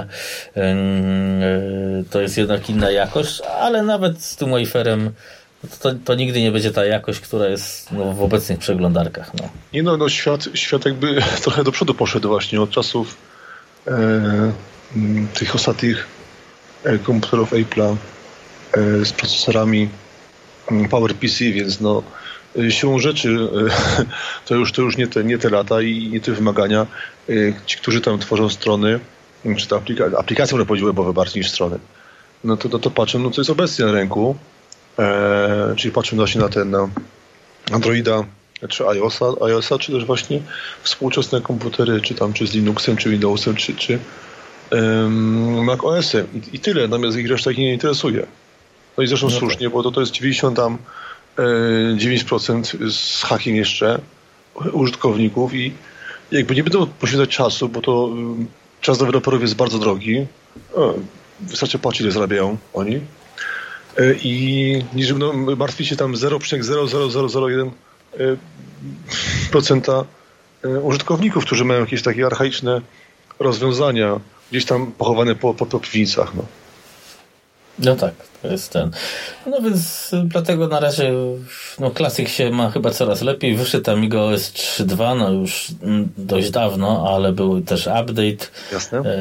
to jest jednak inna jakość, ale nawet z tym waferem to, to nigdy nie będzie ta jakość, która jest no, w obecnych przeglądarkach. No. Nie no, no świat, świat jakby trochę do przodu poszedł właśnie od czasów e, tych ostatnich e, komputerów Apple'a e, z procesorami PowerPC, więc no siłą rzeczy to już, to już nie, te, nie te lata i nie te wymagania. Ci, którzy tam tworzą strony, czy to aplika- aplikacje webowe bardziej niż strony, no to, to, to patrzą, no co jest obecnie na rynku, e, czyli patrzą właśnie na ten na Androida, czy iOSa, iOSa, czy też właśnie współczesne komputery, czy tam czy z Linuxem, czy Windowsem, czy, czy um, Mac O S-em I, i tyle, natomiast ich reszta ich nie interesuje. No i zresztą no słusznie, tak. Bo to, to jest dziewięćdziesiąt tam dziewięć procent z hakiem jeszcze użytkowników i jakby nie będą poświęcać czasu, bo to czas deweloperów jest bardzo drogi. Wystarczy płacić, ile zarabiają oni. I niż no, martwić się tam zero przecinek zero zero zero zero jeden procent użytkowników, którzy mają jakieś takie archaiczne rozwiązania gdzieś tam pochowane po, po, po piwnicach. No. No tak, to jest ten. No więc dlatego na razie no klasyk się ma chyba coraz lepiej. Wyszedł Amiga O S trzy dwa, no już dość dawno, ale był też update. Jasne. E,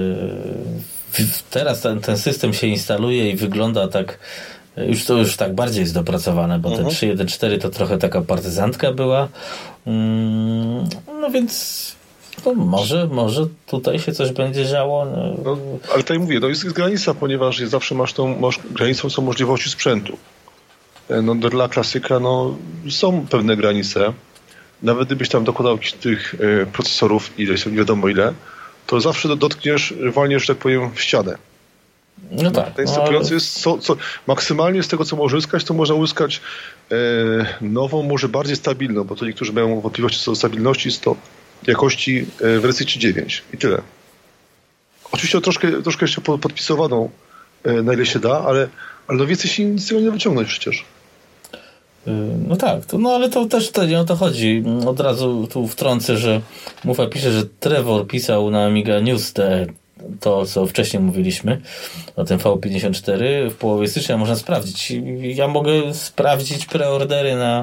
teraz ten, ten system się instaluje i wygląda tak, już to już tak bardziej jest dopracowane, bo uh-huh. ten trzy jeden cztery to trochę taka partyzantka była. Mm, no więc no może, może tutaj się coś będzie działo. No. No, ale tutaj mówię, to jest granica, ponieważ zawsze masz tą, masz, granicą są możliwości sprzętu. No, dla klasyka no, są pewne granice. Nawet gdybyś tam dokładał tych y, procesorów, ileś, nie wiadomo ile, to zawsze dotkniesz, walniesz, że tak powiem, w ścianę. No tak. Ten no, ale... jest co, co, maksymalnie z tego, co może uzyskać, to można uzyskać e, nową, może bardziej stabilną, bo to niektórzy mają wątpliwości co do stabilności, jest to jakości w wersji trzy dziewięć i tyle. Oczywiście troszkę, troszkę jeszcze podpisowaną, na ile się da, ale, ale no więcej się nic z tego nie wyciągnąć przecież. No tak, to, no ale to też to nie o to chodzi. Od razu tu wtrącę, że Mufa pisze, że Trevor pisał na Amiga News te, to, co wcześniej mówiliśmy o tym V pięćdziesiąt cztery. W połowie stycznia można sprawdzić. Ja mogę sprawdzić preordery na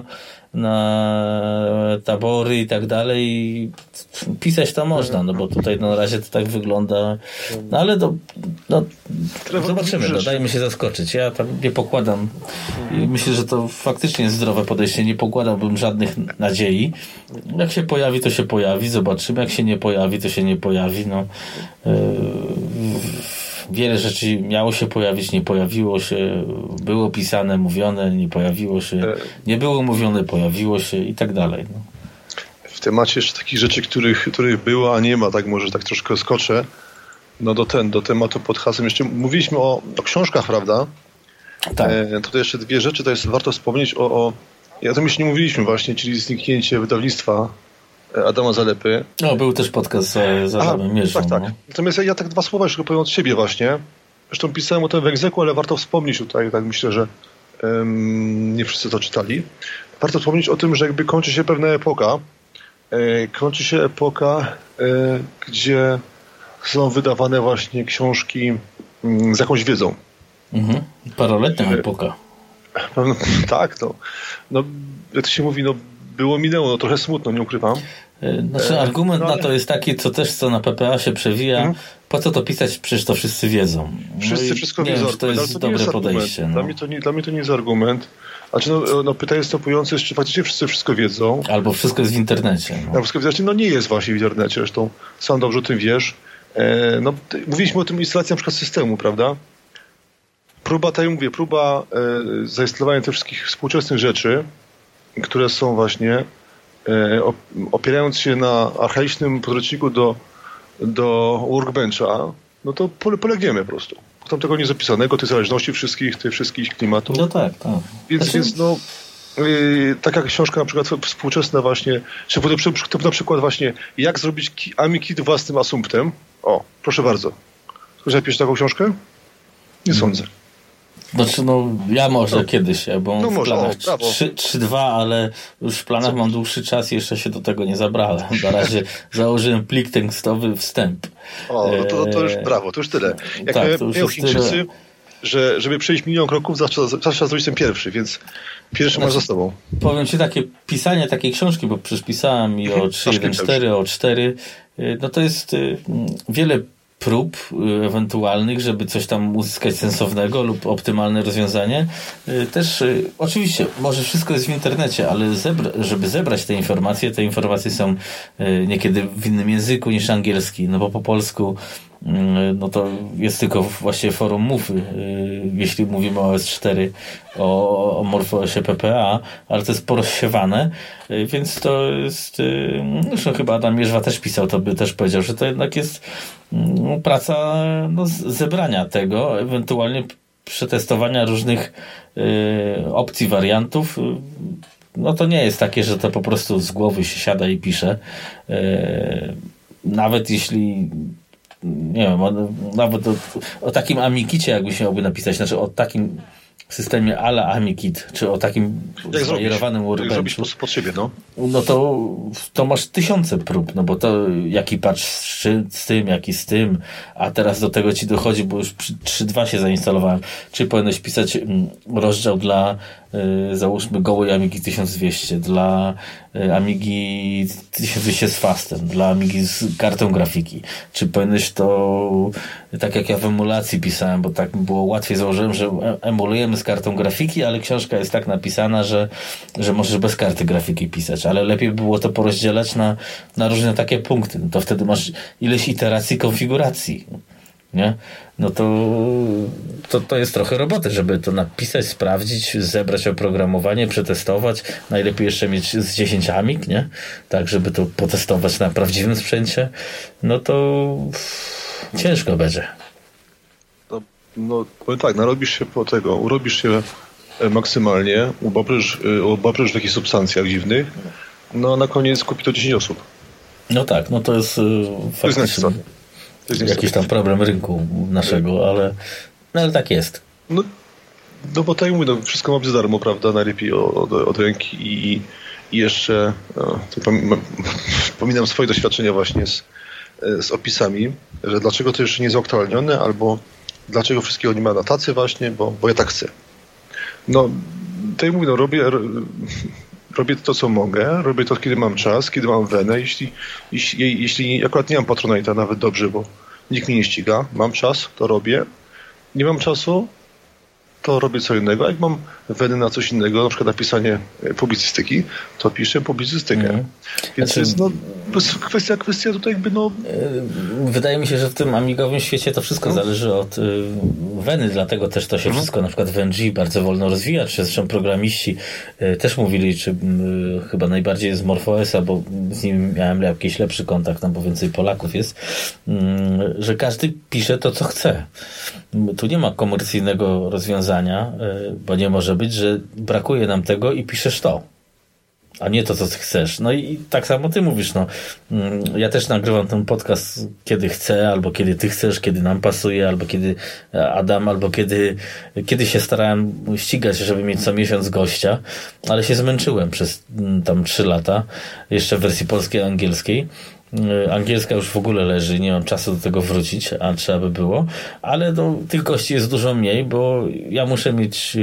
na tabory i tak dalej i pisać to można, no bo tutaj no, na razie to tak wygląda, no ale do, no, zobaczymy, no, dajmy się zaskoczyć. Ja tam nie pokładam i myślę, że to faktycznie jest zdrowe podejście, nie pokładałbym żadnych nadziei. Jak się pojawi, to się pojawi, zobaczymy, jak się nie pojawi, to się nie pojawi, no yy, wiele rzeczy miało się pojawić, nie pojawiło się, było pisane, mówione, nie pojawiło się, nie było mówione, pojawiło się i tak dalej. No. W temacie jeszcze takich rzeczy, których, których było, a nie ma, tak może tak troszkę skoczę, no do ten, do tematu pod hasłem. Jeszcze mówiliśmy o, o książkach, prawda? Tak. E, tutaj jeszcze dwie rzeczy, to jest warto wspomnieć o, o ja to jeszcze nie mówiliśmy właśnie, czyli zniknięcie wydawnictwa Adama Zalepy. No, był też podcast z, z Adamem Mierzą. Tak, tak. No. Natomiast ja, ja tak dwa słowa jeszcze powiem od siebie właśnie. Zresztą pisałem o tym w egzeku, ale warto wspomnieć tutaj, tak myślę, że um, nie wszyscy to czytali. Warto wspomnieć o tym, że jakby kończy się pewna epoka. E, kończy się epoka, e, gdzie są wydawane właśnie książki m, z jakąś wiedzą. Mhm. Paroletnia epoka. No, tak, no. no. Jak to się mówi, no było minęło, no trochę smutno, nie ukrywam. Znaczy argument no, ale... na to jest taki, co też co na P P A się przewija, mhm. po co to pisać, przecież to wszyscy wiedzą. Wszyscy no wszystko nie wiedzą. Wiem, czy to jest to dobre jest podejście. No. Dla, mnie to nie, dla mnie to nie jest argument. Znaczy, no, no pytanie stopujące jest, czy faktycznie wszyscy wszystko wiedzą. Albo wszystko jest w internecie. No, Albo wszystko w internecie. No nie jest właśnie w internecie, zresztą sam dobrze o tym wiesz. E, no, mówiliśmy o tym instalacji na przykład systemu, prawda? Próba, tak jak mówię, próba e, zainstalowania tych wszystkich współczesnych rzeczy, które są właśnie e, opierając się na archaicznym podręczniku do, do workbencha, no to polegniemy po prostu. Tam tego nie zapisanego, tej zależności wszystkich, tych wszystkich klimatów. No tak, tak. Więc, znaczy... więc no, yy, taka książka na przykład współczesna właśnie, czy to na przykład właśnie jak zrobić AmiKit własnym asumptem. O, proszę bardzo. Chcesz napisać taką książkę? Nie sądzę. Znaczy, no ja może no. kiedyś, bo no w może, planach o, trzy dwa, ale już w planach Co? mam dłuższy czas i jeszcze się do tego nie zabrałem. Na razie założyłem plik tekstowy wstęp. O, no to, to już brawo, to już tyle. Jak tak, miał, miał Chińczycy, tyle. że żeby przejść milion kroków, zawsze, zawsze zrobić ten pierwszy, więc pierwszy znaczy, masz za sobą. Powiem ci, takie pisanie takiej książki, bo przecież pisałem i o trzy jeden cztery, o cztery, no to jest wiele prób y, ewentualnych, żeby coś tam uzyskać sensownego lub optymalne rozwiązanie. Y, też y, oczywiście, może wszystko jest w internecie, ale zebra- żeby zebrać te informacje, te informacje są y, niekiedy w innym języku niż angielski, no bo po polsku y, no to jest tylko właśnie forum Mufy, y, jeśli mówimy o O S cztery, o, o MorphOSie P P A, ale to jest porozsiewane, y, więc to jest y, zresztą chyba Adam Mierzwa też pisał, to by też powiedział, że to jednak jest no, praca no, zebrania tego, ewentualnie przetestowania różnych y, opcji, wariantów. No to nie jest takie, że to po prostu z głowy się siada i pisze. Y, nawet jeśli nie wiem, o, nawet o, o takim AmiKicie jakbyś miałby napisać, znaczy o takim systemie a la AmiKit, czy o takim zbajerowanym workbenchu, pod, pod siebie, no. no to, to masz tysiące prób, no bo to jaki patch z, z tym, jaki z tym, a teraz do tego ci dochodzi, bo już trzy dwa się zainstalowałem. Czy powinieneś pisać rozdział dla y, załóżmy gołej Amigi tysiąc dwieście, dla y, Amigi tysiąc dwieście z Fastem, dla Amigi z kartą grafiki. Czy powinieneś to, tak jak ja w emulacji pisałem, bo tak było łatwiej, założyłem, że emulujemy z kartą grafiki, ale książka jest tak napisana, że, że możesz bez karty grafiki pisać, ale lepiej było to porozdzielać na, na różne takie punkty. No to wtedy masz ileś iteracji konfiguracji. Nie? No to, to to jest trochę roboty, żeby to napisać, sprawdzić, zebrać oprogramowanie, przetestować. Najlepiej jeszcze mieć z dziesięć Amig, nie? Tak, żeby to potestować na prawdziwym sprzęcie. No to ciężko będzie. No, no powiem tak, narobisz się po tego, urobisz się maksymalnie, ubabrysz, ubabrysz w jakichś substancjach dziwnych, no a na koniec kupi to dziesięć osób. No tak, no to jest yy, faktycznie to jest jakiś tam problem rynku naszego, ale, no, ale tak jest. No, no bo tak jak mówię, no, wszystko ma być za darmo, prawda, najlepiej od, od ręki i, i jeszcze no, wspominam swoje doświadczenia właśnie z, z opisami, że dlaczego to jeszcze nie jest aktualnione, albo dlaczego wszystkiego nie ma na tacy właśnie, bo, bo ja tak chcę. No, tak jak mówię, no, robię... Robię to, co mogę, robię to, kiedy mam czas, kiedy mam wenę. Jeśli, jeśli, jeśli akurat nie mam Patronite'a, nawet dobrze, bo nikt mnie nie ściga, mam czas, to robię. Nie mam czasu, to robię co innego. A jak mam wenę na coś innego, na przykład napisanie publicystyki, to piszę publicystykę. Mm. Więc znaczy, jest no, kwestia, kwestia tutaj jakby no... Wydaje mi się, że w tym amigowym świecie to wszystko no. zależy od y, weny, dlatego też to się mm. wszystko na przykład w N G bardzo wolno rozwija, czy zresztą programiści y, też mówili, czy y, chyba najbardziej z MorphOSa, bo z nim miałem jakiś lepszy kontakt, no bo więcej Polaków jest, y, że każdy pisze to, co chce. Tu nie ma komercyjnego rozwiązania, bo nie może być, że brakuje nam tego i piszesz to, a nie to, co ty chcesz. No i tak samo ty mówisz, no. Ja też nagrywam ten podcast kiedy chcę, albo kiedy ty chcesz, kiedy nam pasuje, albo kiedy Adam, albo kiedy, kiedy się starałem ścigać, żeby mieć co miesiąc gościa, ale się zmęczyłem przez tam trzy lata, jeszcze w wersji polskiej, angielskiej. Angielska już w ogóle leży, nie mam czasu do tego wrócić, a trzeba by było, ale no, tych gości jest dużo mniej, bo ja muszę mieć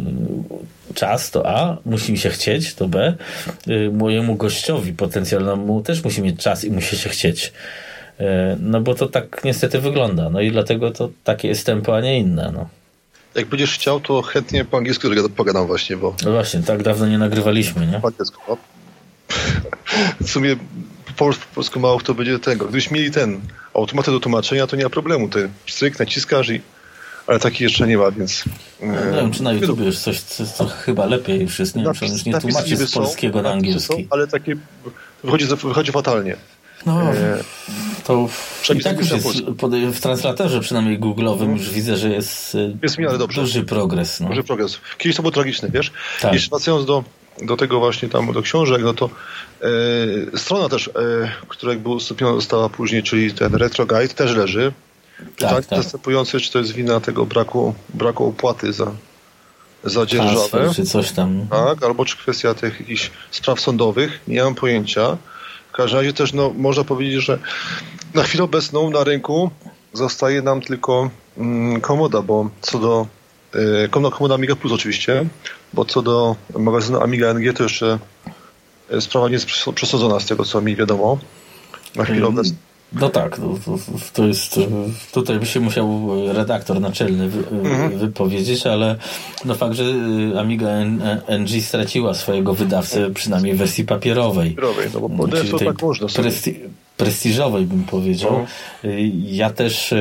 czas, to A, musi mi się chcieć, to B, mojemu gościowi potencjalnemu też musi mieć czas i musi się chcieć. No bo to tak niestety wygląda, no i dlatego to takie jest tempo, a nie inne, no. Jak będziesz chciał, to chętnie po angielsku pogadam właśnie, bo... No właśnie, tak dawno nie nagrywaliśmy, nie? Po angielsku, no. W sumie po polsku mało kto będzie tego. Gdybyśmy mieli ten automaty do tłumaczenia, to nie ma problemu. Ten stryk naciskasz i ale taki jeszcze nie ma, więc... Ja nie wiem, czy na YouTube już coś, co, co chyba lepiej już jest. Nie wiem, czy on już nie tłumaczy z polskiego są, na angielski. Są, ale takie wychodzi, wychodzi fatalnie. No, e, to i tak już jest w translatorze, przynajmniej google'owym, już widzę, że jest, jest w miarę dobrze. Duży progres. No. Duży progres. Kiedyś to było tragiczne, wiesz? Tak. Jeszcze wracając do, do tego właśnie tam, do książek, no to e, strona też, e, która jakby ustąpiona została później, czyli ten Retro Guide też leży. Pytanie tak, tak. następujące, czy to jest wina tego braku, braku opłaty za, za dzierżawę, czy coś tam. Tak, albo czy kwestia tych jakichś spraw sądowych, nie mam pojęcia. W każdym razie też no, można powiedzieć, że na chwilę obecną na rynku zostaje nam tylko mm, Komoda, bo co do y, Komoda Amiga Plus oczywiście, bo co do magazynu Amiga N G to jeszcze sprawa nie jest przesadzona z tego, co mi wiadomo na chwilę hmm. obecną. No tak, to, to jest, tutaj by się musiał redaktor naczelny wy, mhm. wypowiedzieć, ale no fakt, że Amiga N G straciła swojego wydawcę, przynajmniej w wersji papierowej. Papierowej, no bo to tak można sobie. Presti- prestiżowej bym powiedział. Mhm. Ja też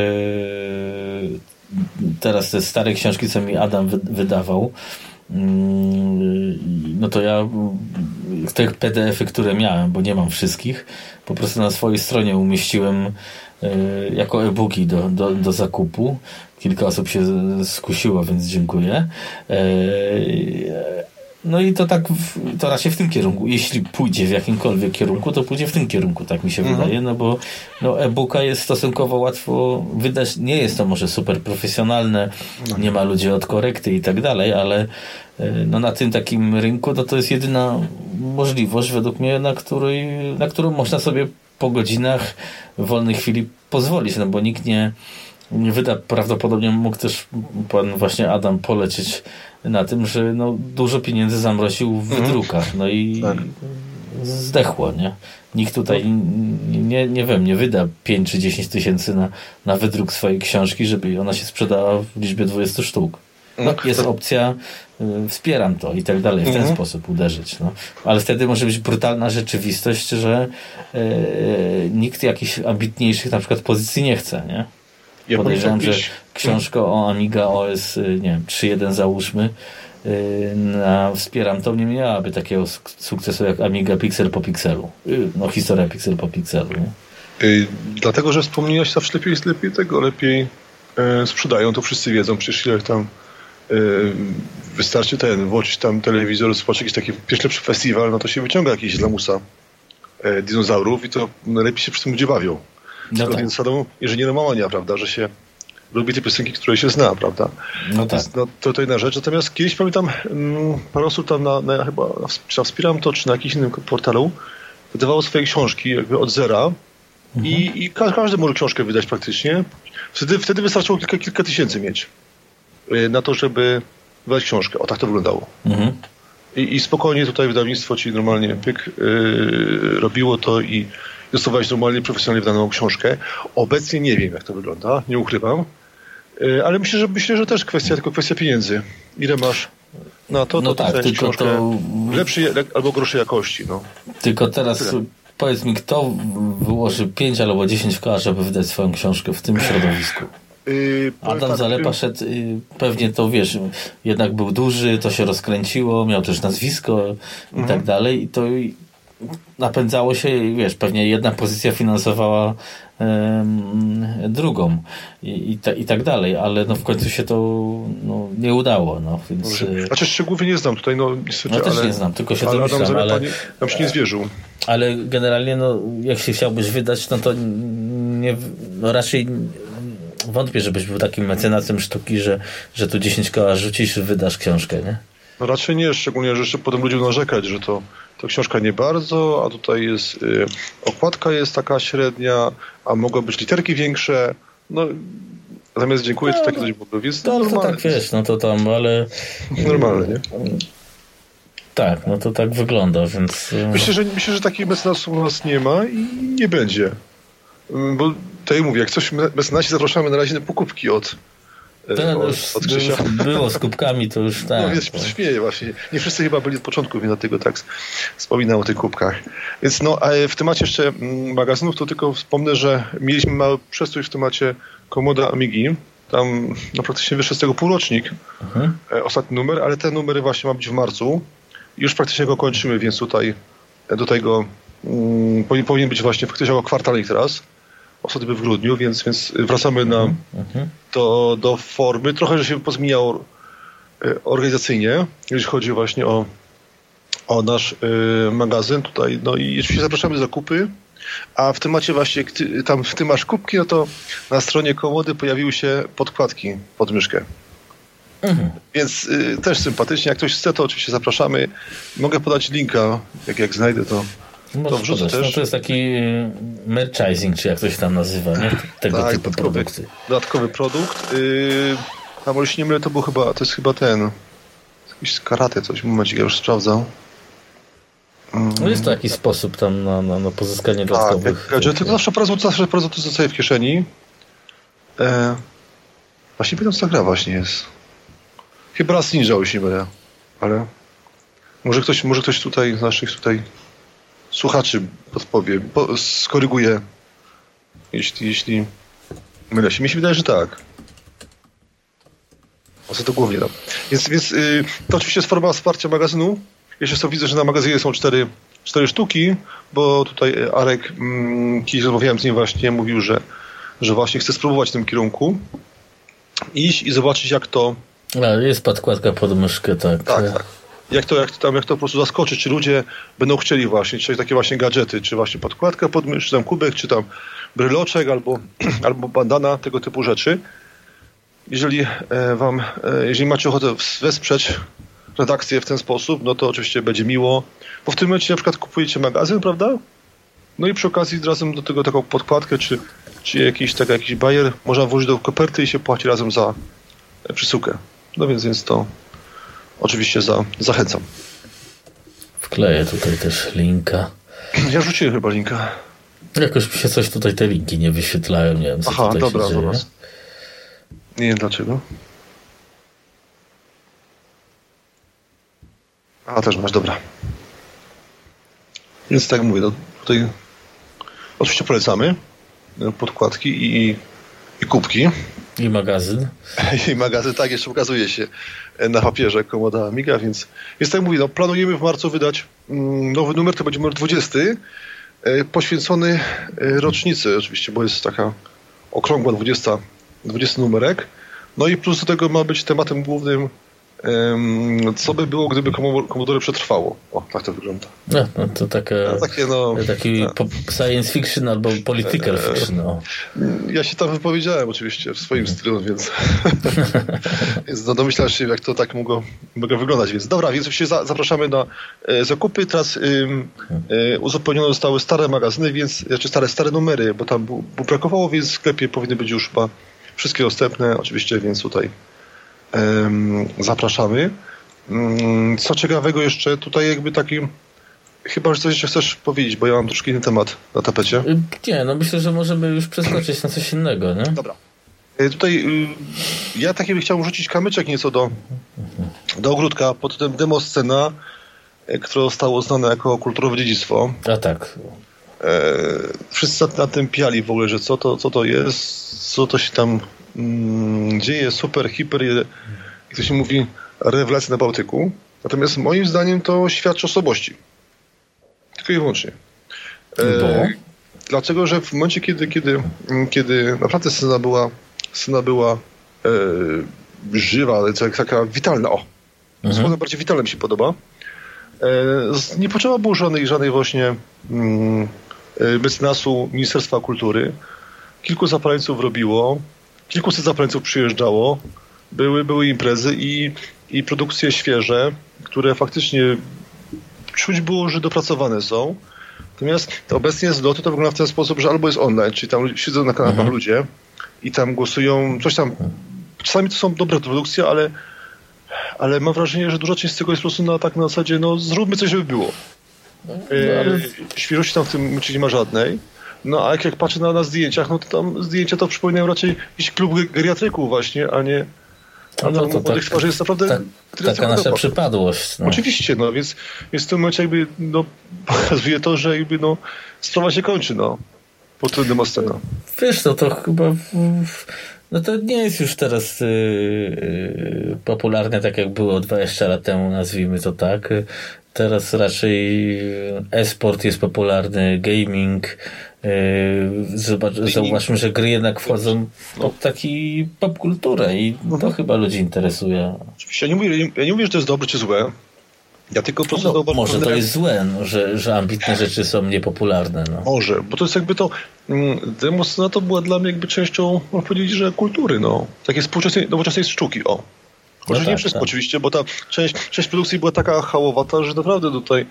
teraz te stare książki, co mi Adam wy, wydawał, no to ja te P D F-y, które miałem, bo nie mam wszystkich, po prostu na swojej stronie umieściłem y, jako e-booki do, do, do zakupu. Kilka osób się skusiło, więc dziękuję. Y, no i to tak, w, to raczej w tym kierunku. Jeśli pójdzie w jakimkolwiek kierunku, to pójdzie w tym kierunku, tak mi się mhm. wydaje, no bo no, e-booka jest stosunkowo łatwo wydać. Nie jest to może super profesjonalne, nie ma ludzi od korekty i tak dalej, ale no, na tym takim rynku no, to jest jedyna możliwość według mnie, na, której, na którą można sobie po godzinach w wolnej chwili pozwolić, no bo nikt nie, nie wyda, prawdopodobnie mógł też pan właśnie Adam polecieć na tym, że no, dużo pieniędzy zamroził w mhm. wydrukach, no i tak. zdechło, nie? Nikt tutaj nie, nie, nie wiem, nie wyda pięć czy dziesięć tysięcy na, na wydruk swojej książki, żeby ona się sprzedała w liczbie dwudziestu sztuk. No, jest opcja, y, wspieram to i tak dalej, w ten mhm. sposób uderzyć. No. Ale wtedy może być brutalna rzeczywistość, że y, nikt jakichś ambitniejszych na przykład pozycji nie chce, nie? Ja podejrzewam, że książka o Amiga O S, nie wiem, trzy jeden załóżmy, y, na wspieram to nie miałaby takiego sukcesu jak Amiga Pixel po pikselu. Y, no, historia Pixel po pikselu. Nie? Y, dlatego, że wspomniałeś, zawsze lepiej jest lepiej tego, lepiej y, sprzedają, to wszyscy wiedzą, przecież ile tam wystarczy ten, włączyć tam telewizor, zobaczyć jakiś taki pierwszy lepszy festiwal, no to się wyciąga jakiś z lamusa e, dinozaurów i to najlepiej się przy tym ludzie bawią. No tak. Zasadą, jeżeli nie namałania, prawda, że się lubi te piosenki, które się zna, prawda. No tak. No, to to jedna rzecz. Natomiast kiedyś pamiętam, mm, parę osób tam na, na chyba na Wspieram to, czy na jakimś innym portalu wydawało swoje książki jakby od zera mhm. i, i każdy może książkę wydać praktycznie. Wtedy, wtedy wystarczyło kilka, kilka tysięcy mieć na to, żeby wydać książkę. O, tak to wyglądało. Mhm. I, I spokojnie tutaj wydawnictwo ci normalnie pyk yy, robiło to i dostawałeś normalnie, profesjonalnie wydaną książkę. Obecnie nie wiem, jak to wygląda, nie ukrywam, yy, ale myślę, że myślę, że też kwestia, tylko kwestia pieniędzy. Ile masz na to, no to tak, tylko książkę to lepszej albo gorszej jakości. No. Tylko teraz Tyle. Powiedz mi, kto wyłoży pięć albo dziesięć koła, żeby wydać swoją książkę w tym środowisku? Yy, Adam tak, Zalepa szedł, yy, pewnie to wiesz, jednak był duży, to się rozkręciło, miał też nazwisko i mhm. tak dalej i to napędzało się, wiesz, pewnie jedna pozycja finansowała yy, drugą i, i, ta, i tak dalej, ale no w końcu się to no, nie udało, no więc... Yy... Znaczy szczegółów nie znam tutaj, no niestety, no też ale, nie znam, tylko się ale domyślam, Adam ale... Nie, nam się nie zwierzył. Ale generalnie, no jak się chciałbyś wydać, no to nie, no raczej wątpię, żebyś był takim mecenasem sztuki, że, że tu dziesięć koła rzucisz i wydasz książkę, nie? No raczej nie, szczególnie, że jeszcze potem ludziom narzekać, że to, to książka nie bardzo, a tutaj jest y, okładka jest taka średnia, a mogą być literki większe, no zamiast dziękuję, to no, takie coś mogło być. To, to tak wiesz, no to tam, ale... Normalne, nie? Tak, no to tak wygląda, więc... Myślę, że, myślę, że takich mecenasów u nas nie ma i nie będzie. Bo tutaj mówię, jak coś mecenasi zapraszamy na razie na pokупki od To od, już, od Krzysia. Już było z kubkami, to już tak. No więc się śmieję właśnie. Nie wszyscy chyba byli od początku, więc dlatego tak wspominał o tych kubkach. Więc no, a w temacie jeszcze magazynów, to tylko wspomnę, że mieliśmy mały przestój w temacie Commoda Amigi. Tam no, praktycznie wyszedł z tego półrocznik, mhm. ostatni numer, ale ten numer właśnie ma być w marcu. Już praktycznie go kończymy, więc tutaj do tego um, powinien być właśnie faktycznie jako kwartalnik teraz. Ostatnio w grudniu, więc, więc wracamy na, mhm. do, do formy. Trochę, że się pozmieniało organizacyjnie, jeśli chodzi właśnie o, o nasz y, magazyn tutaj. No i oczywiście zapraszamy do zakupy. A w temacie właśnie, tam w tym masz kubki, no to na stronie Commody pojawiły się podkładki pod myszkę. Mhm. Więc y, też sympatycznie. Jak ktoś chce, to oczywiście zapraszamy. Mogę podać linka, jak, jak znajdę to. To wrzucę też. No to jest taki merchandising, czy jak to się tam nazywa, nie? Tego tak, typu produkty. Dodatkowy produkt. Yy, a może się nie mylę, to był chyba, to jest chyba ten jakiś karate, coś, momencik, ja już sprawdzam. Mm. No jest to jakiś sposób tam na, na, na pozyskanie dodatkowych... Tak, gadżety, to zawsze prezent, zawsze prezent to zostaje w kieszeni. E, właśnie pamiętam, co ta gra właśnie jest. Chyba raz Ninja, już nie mylę, ale może ktoś, może ktoś tutaj z naszych tutaj słuchaczy podpowie, po, skoryguje, jeśli, jeśli mylę się. Mi się wydaje, że tak. O co to głównie dam. Więc, więc yy, to oczywiście jest forma wsparcia magazynu. Jeszcze sobie widzę, że na magazynie są cztery, cztery sztuki, bo tutaj Arek, mm, kiedyś rozmawiałem z nim właśnie, mówił, że, że właśnie chce spróbować w tym kierunku. Iść i zobaczyć, jak to... A, jest podkładka pod myszkę, tak. Tak, tak. Jak to, jak, tam, jak to po prostu zaskoczyć, czy ludzie będą chcieli właśnie, czy takie właśnie gadżety, czy właśnie podkładka pod mysz, czy tam kubek, czy tam bryloczek, albo, albo bandana, tego typu rzeczy. Jeżeli e, wam, e, jeżeli macie ochotę wesprzeć redakcję w ten sposób, no to oczywiście będzie miło, bo w tym momencie na przykład kupujecie magazyn, prawda? No i przy okazji razem do tego taką podkładkę, czy, czy jakiś, tak, jakiś bajer można włożyć do koperty i się płaci razem za e, przesyłkę. No więc, więc to oczywiście za, zachęcam. Wkleję tutaj też linka. Ja rzuciłem chyba linka. Jakoś mi się coś tutaj, te linki nie wyświetlają, nie wiem co Aha, tutaj dobra, się dzieje. dobra. Nie wiem dlaczego. A, też masz, dobra. Więc tak mówię, no, tutaj oczywiście polecamy podkładki i, i kubki. I magazyn. I magazyn, tak, jeszcze ukazuje się na papierze Commoda Amiga, więc, więc tak mówię, no, planujemy w marcu wydać nowy numer, to będzie numer dwudziesty, poświęcony rocznicy oczywiście, bo jest taka okrągła dwudziesta, dwudziesty numerek. No i plus do tego ma być tematem głównym, co by było, gdyby Commodore przetrwało. O, tak to wygląda. No, no to taka, no, takie, no, taki no. science fiction albo political fiction. No. Ja się tam wypowiedziałem oczywiście w swoim stylu, więc, więc no, domyślasz się, jak to tak mogło, mogło wyglądać. Więc dobra, więc się za, zapraszamy na e, zakupy. Teraz e, e, uzupełnione zostały stare magazyny, więc znaczy stare, stare numery, bo tam bu, bu brakowało, więc w sklepie powinny być już chyba wszystkie dostępne, oczywiście, więc tutaj zapraszamy. Co ciekawego jeszcze, tutaj jakby taki, chyba, że coś jeszcze chcesz powiedzieć, bo ja mam troszkę inny temat na tapecie. Nie, no myślę, że możemy już przeskoczyć na coś innego, nie? Dobra. Tutaj ja taki bym chciał rzucić kamyczek nieco do, do ogródka pod tym demo scena, które zostało uznane jako kulturowe dziedzictwo. A tak. Wszyscy na tym piali w ogóle, że co to, co to jest, co to się tam mm, dzieje, super, hiper, jak to się mówi, rewelacja na Bałtyku. Natomiast moim zdaniem to świadczy o słabości. Tylko i wyłącznie. E, dlaczego, że w momencie, kiedy, kiedy, kiedy naprawdę scena była, scena była e, żywa, ale taka witalna, o, mhm. słowo bardziej witalne mi się podoba, e, nie potrzeba było żadnej, żadnej właśnie mm, mecenasu Ministerstwa Kultury. Kilku zapaleńców robiło, kilkuset zapaleńców przyjeżdżało, były, były imprezy i, i produkcje świeże, które faktycznie czuć było, że dopracowane są. Natomiast obecnie zloty to wygląda w ten sposób, że albo jest online, czyli tam siedzą na kanapach mhm. ludzie i tam głosują, coś tam, czasami to są dobre produkcje, ale, ale mam wrażenie, że duża część z tego jest po prostu na tak na zasadzie, no zróbmy coś, żeby było. No, ale... Świeżości tam w tym momencie nie ma żadnej. No a jak, jak patrzę na, na zdjęciach, no to tam zdjęcia to przypominają raczej jakiś klub geriatryków właśnie, a nie, No, no to młodych twarzy jest naprawdę... Tak, taka nasza podoba. Przypadłość. No. Oczywiście, no więc, więc w tym momencie jakby no, pokazuje to, że jakby no sprawa się kończy, no. Po trudnym ocenie. Wiesz, no to chyba... No to nie jest już teraz yy, yy, popularne tak jak było dwadzieścia lat temu, nazwijmy to tak. Teraz raczej e-sport jest popularny, gaming. Yy, zobacz, zauważmy, że gry jednak wchodzą pod taki popkulturę i to no. chyba ludzi interesuje. Oczywiście, ja nie mówię, ja nie mówię, że to jest dobre czy złe. Ja tylko po prostu no, może to jest złe, no, że, że ambitne rzeczy są niepopularne. No. Może, bo to jest jakby to Demos, no to była dla mnie jakby częścią, można powiedzieć, że kultury, no. Takiej współczesnej, nowoczesnej sztuki, o. Chociaż no tak, nie wszystko tak. oczywiście, bo ta część, część produkcji była taka hałowata, że naprawdę tutaj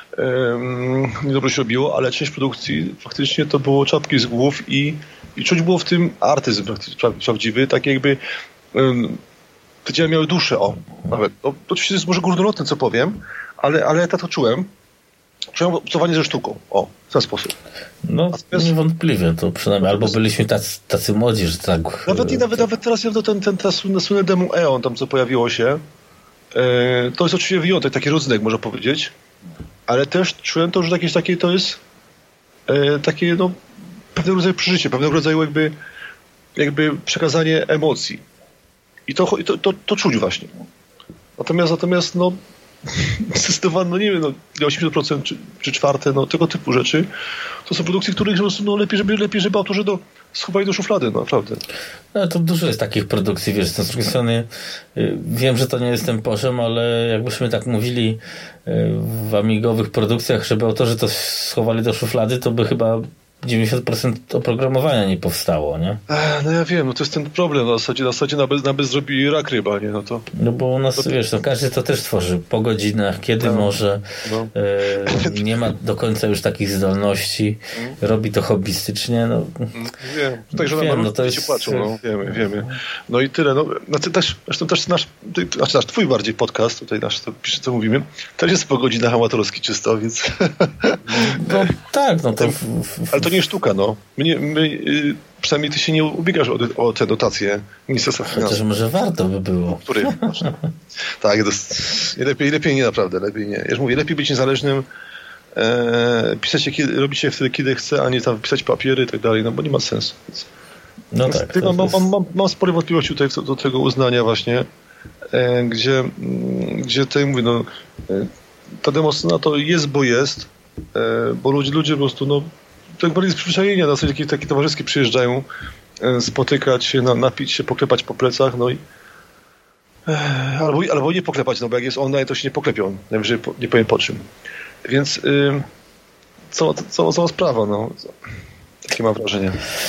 um, niedobrze się robiło, ale część produkcji faktycznie to było czapki z głów i, i czuć było w tym artyzm prawdziwy, tak jakby um, te dzieła miały duszę, o, nawet. No, to oczywiście jest może górnolotne, co powiem, ale, ale ja tak to czułem. Czułem obcowanie ze sztuką, o, w ten sposób. No, Natomiast... niewątpliwie, to przynajmniej, albo byliśmy tacy, tacy młodzi, że tak... Nawet, i nawet, nawet teraz, ten, ten, ten słynny demo Eon, tam co pojawiło się, yy, to jest oczywiście wyjątek, taki rodzynek, można powiedzieć, ale też czułem to, że jakieś takie to jest yy, takie, no, pewnego rodzaju przeżycie, pewnego rodzaju jakby, jakby przekazanie emocji. I to, to, to, to czuć właśnie. Natomiast, natomiast, no, zdecydowanie, no nie wiem, no, osiemdziesiąt procent czy, czy czwarte, no tego typu rzeczy, to są produkcje, których po prostu, no, lepiej, żeby, lepiej, żeby autorzy do, schowali do szuflady, no, naprawdę. No to dużo jest takich produkcji, wiesz, z drugiej strony y, wiem, że to nie jest ten poziom, ale jakbyśmy tak mówili y, w amigowych produkcjach, żeby autorzy to schowali do szuflady, to by chyba dziewięćdziesiąt procent oprogramowania nie powstało, nie? No ja wiem, no to jest ten problem, na zasadzie, na zasadzie na bez, na bez zrobi rak ryba, nie? No to... No bo u nas, to... wiesz, no każdy to też tworzy po godzinach, kiedy no. może, no. E, nie ma do końca już takich zdolności, mm. robi to hobbystycznie, no. Wiem, także wiem, na no to jest... się płaczą, no, wiemy, wiemy. No i tyle, no, znaczy też, zresztą też nasz, znaczy nasz twój bardziej podcast, tutaj nasz, to pisze, co mówimy, też jest po godzinach amatorski czysto, więc... No tak, no to... Ale to nie sztuka, no. My, nie, my yy, przynajmniej ty się nie ubiegasz o, o te dotacje Ministerstwa Finansów. Chociaż może warto by było. Który? Tak, to jest, lepiej, lepiej nie naprawdę, lepiej nie. Ja już mówię, lepiej być niezależnym, e, pisać się, kiedy, robić się wtedy, kiedy chce, a nie tam pisać papiery i tak dalej, no bo nie ma sensu. Więc, no więc tak. Mam, jest... mam, mam, mam spore wątpliwości tutaj do, do tego uznania właśnie, e, gdzie, gdzie tutaj mówię, no, e, ta demosyna to jest, bo jest, e, bo ludzie, ludzie po prostu, no, tak bardziej z przyzwyczajenia, na zasadzie takie, takie towarzyskie przyjeżdżają e, spotykać się, na, napić się, poklepać po plecach, no i e, albo, albo nie poklepać, no bo jak jest online, to się nie poklepią, najwyżej po, nie powiem po czym. Więc y, cała, cała, cała sprawa, no. Takie mam wrażenie.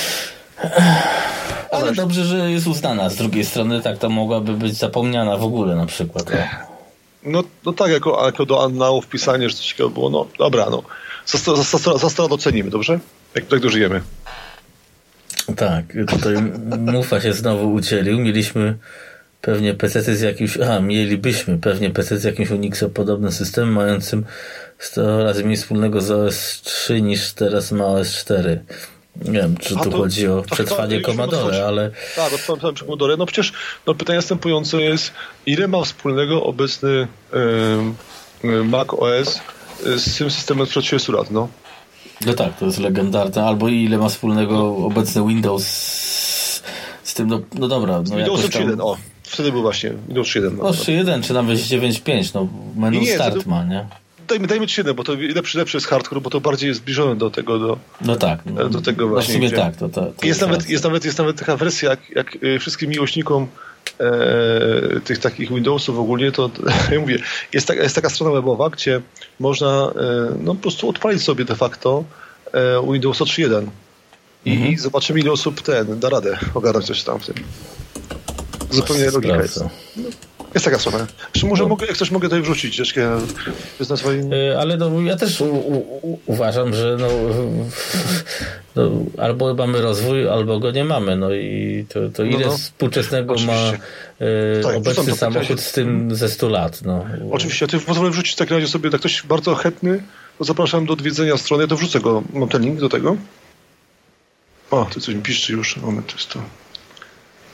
Ale dobrze, że jest uznana. Z drugiej strony tak to mogłaby być zapomniana w ogóle na przykład. No, no tak, jako, jako do annałów pisanie, że coś takiego było, no dobra, no. Za, za, za, za stronę docenimy, dobrze? Jak, jak dożyjemy. Tak, tutaj Mufa się znowu ucielił. Mieliśmy pewnie pecety z jakimś... Aha, mielibyśmy pewnie pecety z jakimś Unixo-podobnym systemem, mającym sto razy mniej wspólnego z O S trzy niż teraz ma O S cztery. Nie wiem, czy A tu to, chodzi o przetrwanie Commodore, ale... Tak, o Commodore. No przecież no, pytanie następujące jest, ile ma wspólnego obecny yy, Mac O S z tym systemem sprzed trzydziestu lat, no? No tak, to jest legendarne. Albo ile ma wspólnego obecny Windows z, z tym, no, no dobra. No Windows tam... trzy jeden, o. Wtedy był właśnie Windows trzy jeden. No, trzy jeden, czy nawet dziewięć pięć, no menu nie, start to, ma, nie? Dajmy, dajmy trzy jeden, bo to lepszy, lepszy jest hardcore, bo to bardziej jest zbliżone do tego, do... No tak. No, do tego właśnie. No w sumie tak. To, to, to jest, nawet, jest, nawet, jest nawet taka wersja, jak, jak wszystkim miłośnikom e, tych takich Windowsów ogólnie, to ja mówię, jest, tak, jest taka strona webowa, gdzie można e, no po prostu odpalić sobie de facto e, Windowsa trzy jeden i mhm. zobaczymy, ile osób ten da radę ogarnąć coś tam w tym. Zupełnie logika jest. No, jest taka strona. Może no. mogę, jak coś mogę tutaj wrzucić troszkę z swoim... Ale no, ja też u, u, uważam, że no, no, albo mamy rozwój, albo go nie mamy. No i to, to ile no, no. współczesnego Oczywiście. ma e, tak, obecny samochód z tym ze stu lat. No. Oczywiście, ja ty pozwolę wrzucić w takim razie sobie, jak ktoś bardzo chętny, to zapraszam do odwiedzenia strony, ja to wrzucę go, mam ten link do tego. O, tu coś mi piszczy już, moment, to jest to.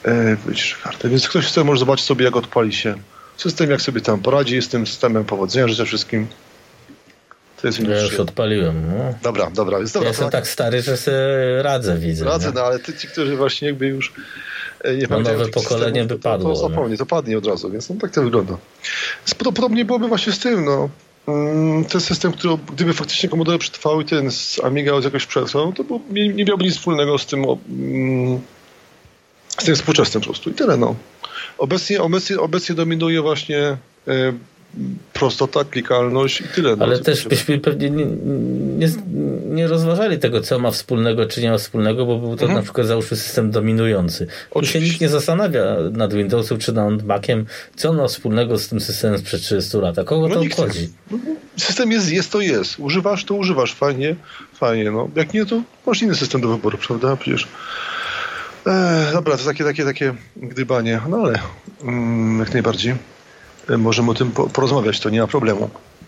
e, wycisz kartę. Więc ktoś chce, może zobaczyć sobie, jak odpali się system, jak sobie tam poradzi z tym systemem, powodzenia życzę wszystkim. To jest ja już odpaliłem. No. Dobra, dobra. Więc dobra ja jestem tak stary, że sobie radzę, widzę. Radzę, nie? no ale ty, ci, którzy właśnie jakby już nie no pamiętają nowe pokolenie by padło. To, to zapomnie, to padnie od razu, więc no, tak to wygląda. Podobnie byłoby właśnie z tym, no. Ten system, który gdyby faktycznie Commodore przetrwał i ten z Amiga jakoś przetrwał, to był, nie, nie miałby nic wspólnego z tym z tym współczesnym po prostu i tyle, no. Obecnie, obecnie, obecnie dominuje właśnie e, prostota, klikalność i tyle. Ale no, też byśmy pewnie nie, nie, nie rozważali tego, co ma wspólnego, czy nie ma wspólnego, bo był to mhm. na przykład załóżmy system dominujący. Tu się nikt nie zastanawia nad Windowsem czy nad Maciem, co on ma wspólnego z tym systemem sprzed trzydziestu lat. A kogo no to obchodzi? System jest, jest, to jest. Używasz, to używasz. Fajnie, fajnie. No. Jak nie, to masz inny system do wyboru, prawda? Przecież Eee, dobra, to takie, takie, takie gdybanie, no ale mm, jak najbardziej e, możemy o tym po, porozmawiać, to nie ma problemu.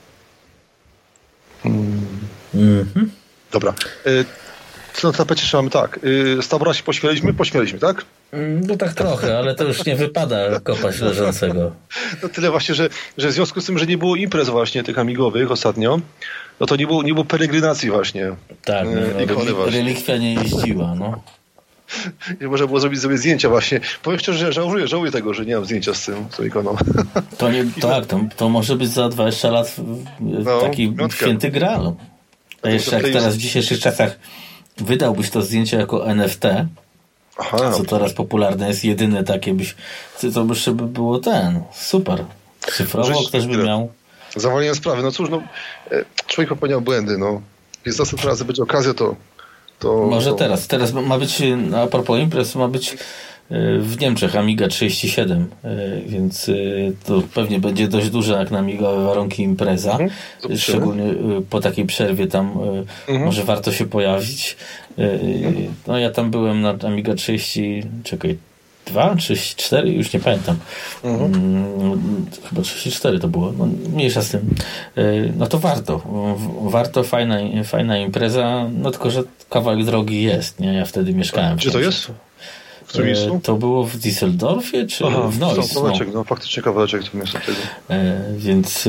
Mm. Mm-hmm. Dobra. E, co na tapecie mamy tak, e, Stawora się pośmieliśmy, pośmieliśmy, tak? No tak trochę, ale to już nie wypada kopać leżącego. No tyle właśnie, że, że w związku z tym, że nie było imprez właśnie tych amigowych ostatnio, no to nie było, nie było peregrinacji właśnie. Tak, e, no, no, relikwia nie jeździła, no. Nie można było zrobić sobie zdjęcia właśnie. Powiem szczerze, że żałuję, żałuję tego, że nie mam zdjęcia z tym, z tą ikoną. To nie, tak, to, to może być za dwadzieścia lat no, taki piątka. Święty Graal. A jeszcze jak teraz w dzisiejszych czasach wydałbyś to zdjęcie jako N F T, aha, co teraz popularne jest, jedyne takie byś, to by jeszcze by było ten, super. Cyfrowo ktoś by miał. Zawalenie sprawy, no cóż, no człowiek popełniał błędy, no. Jest następnym razem będzie okazja, to To, Może to... teraz. Teraz ma być, a propos imprez, ma być w Niemczech Amiga trzydzieści siedem, więc to pewnie będzie dość duża jak na amigowe warunki impreza. Mhm, szczególnie po takiej przerwie tam mhm. może warto się pojawić. No ja tam byłem na Amiga trzydzieści, czekaj, dwa, trzydzieści cztery, już nie pamiętam. Mhm. Chyba trzydzieści cztery to było. No, mniejsza z tym. No to warto. Warto, fajna, fajna impreza, no tylko, że kawałek drogi jest. Nie? Ja wtedy mieszkałem. Gdzie to jest? W którym miejscu? To było w Düsseldorfie, czy Aha, w Neuss? Kawałeczek, no. no faktycznie kawałeczek to miasto tego. Więc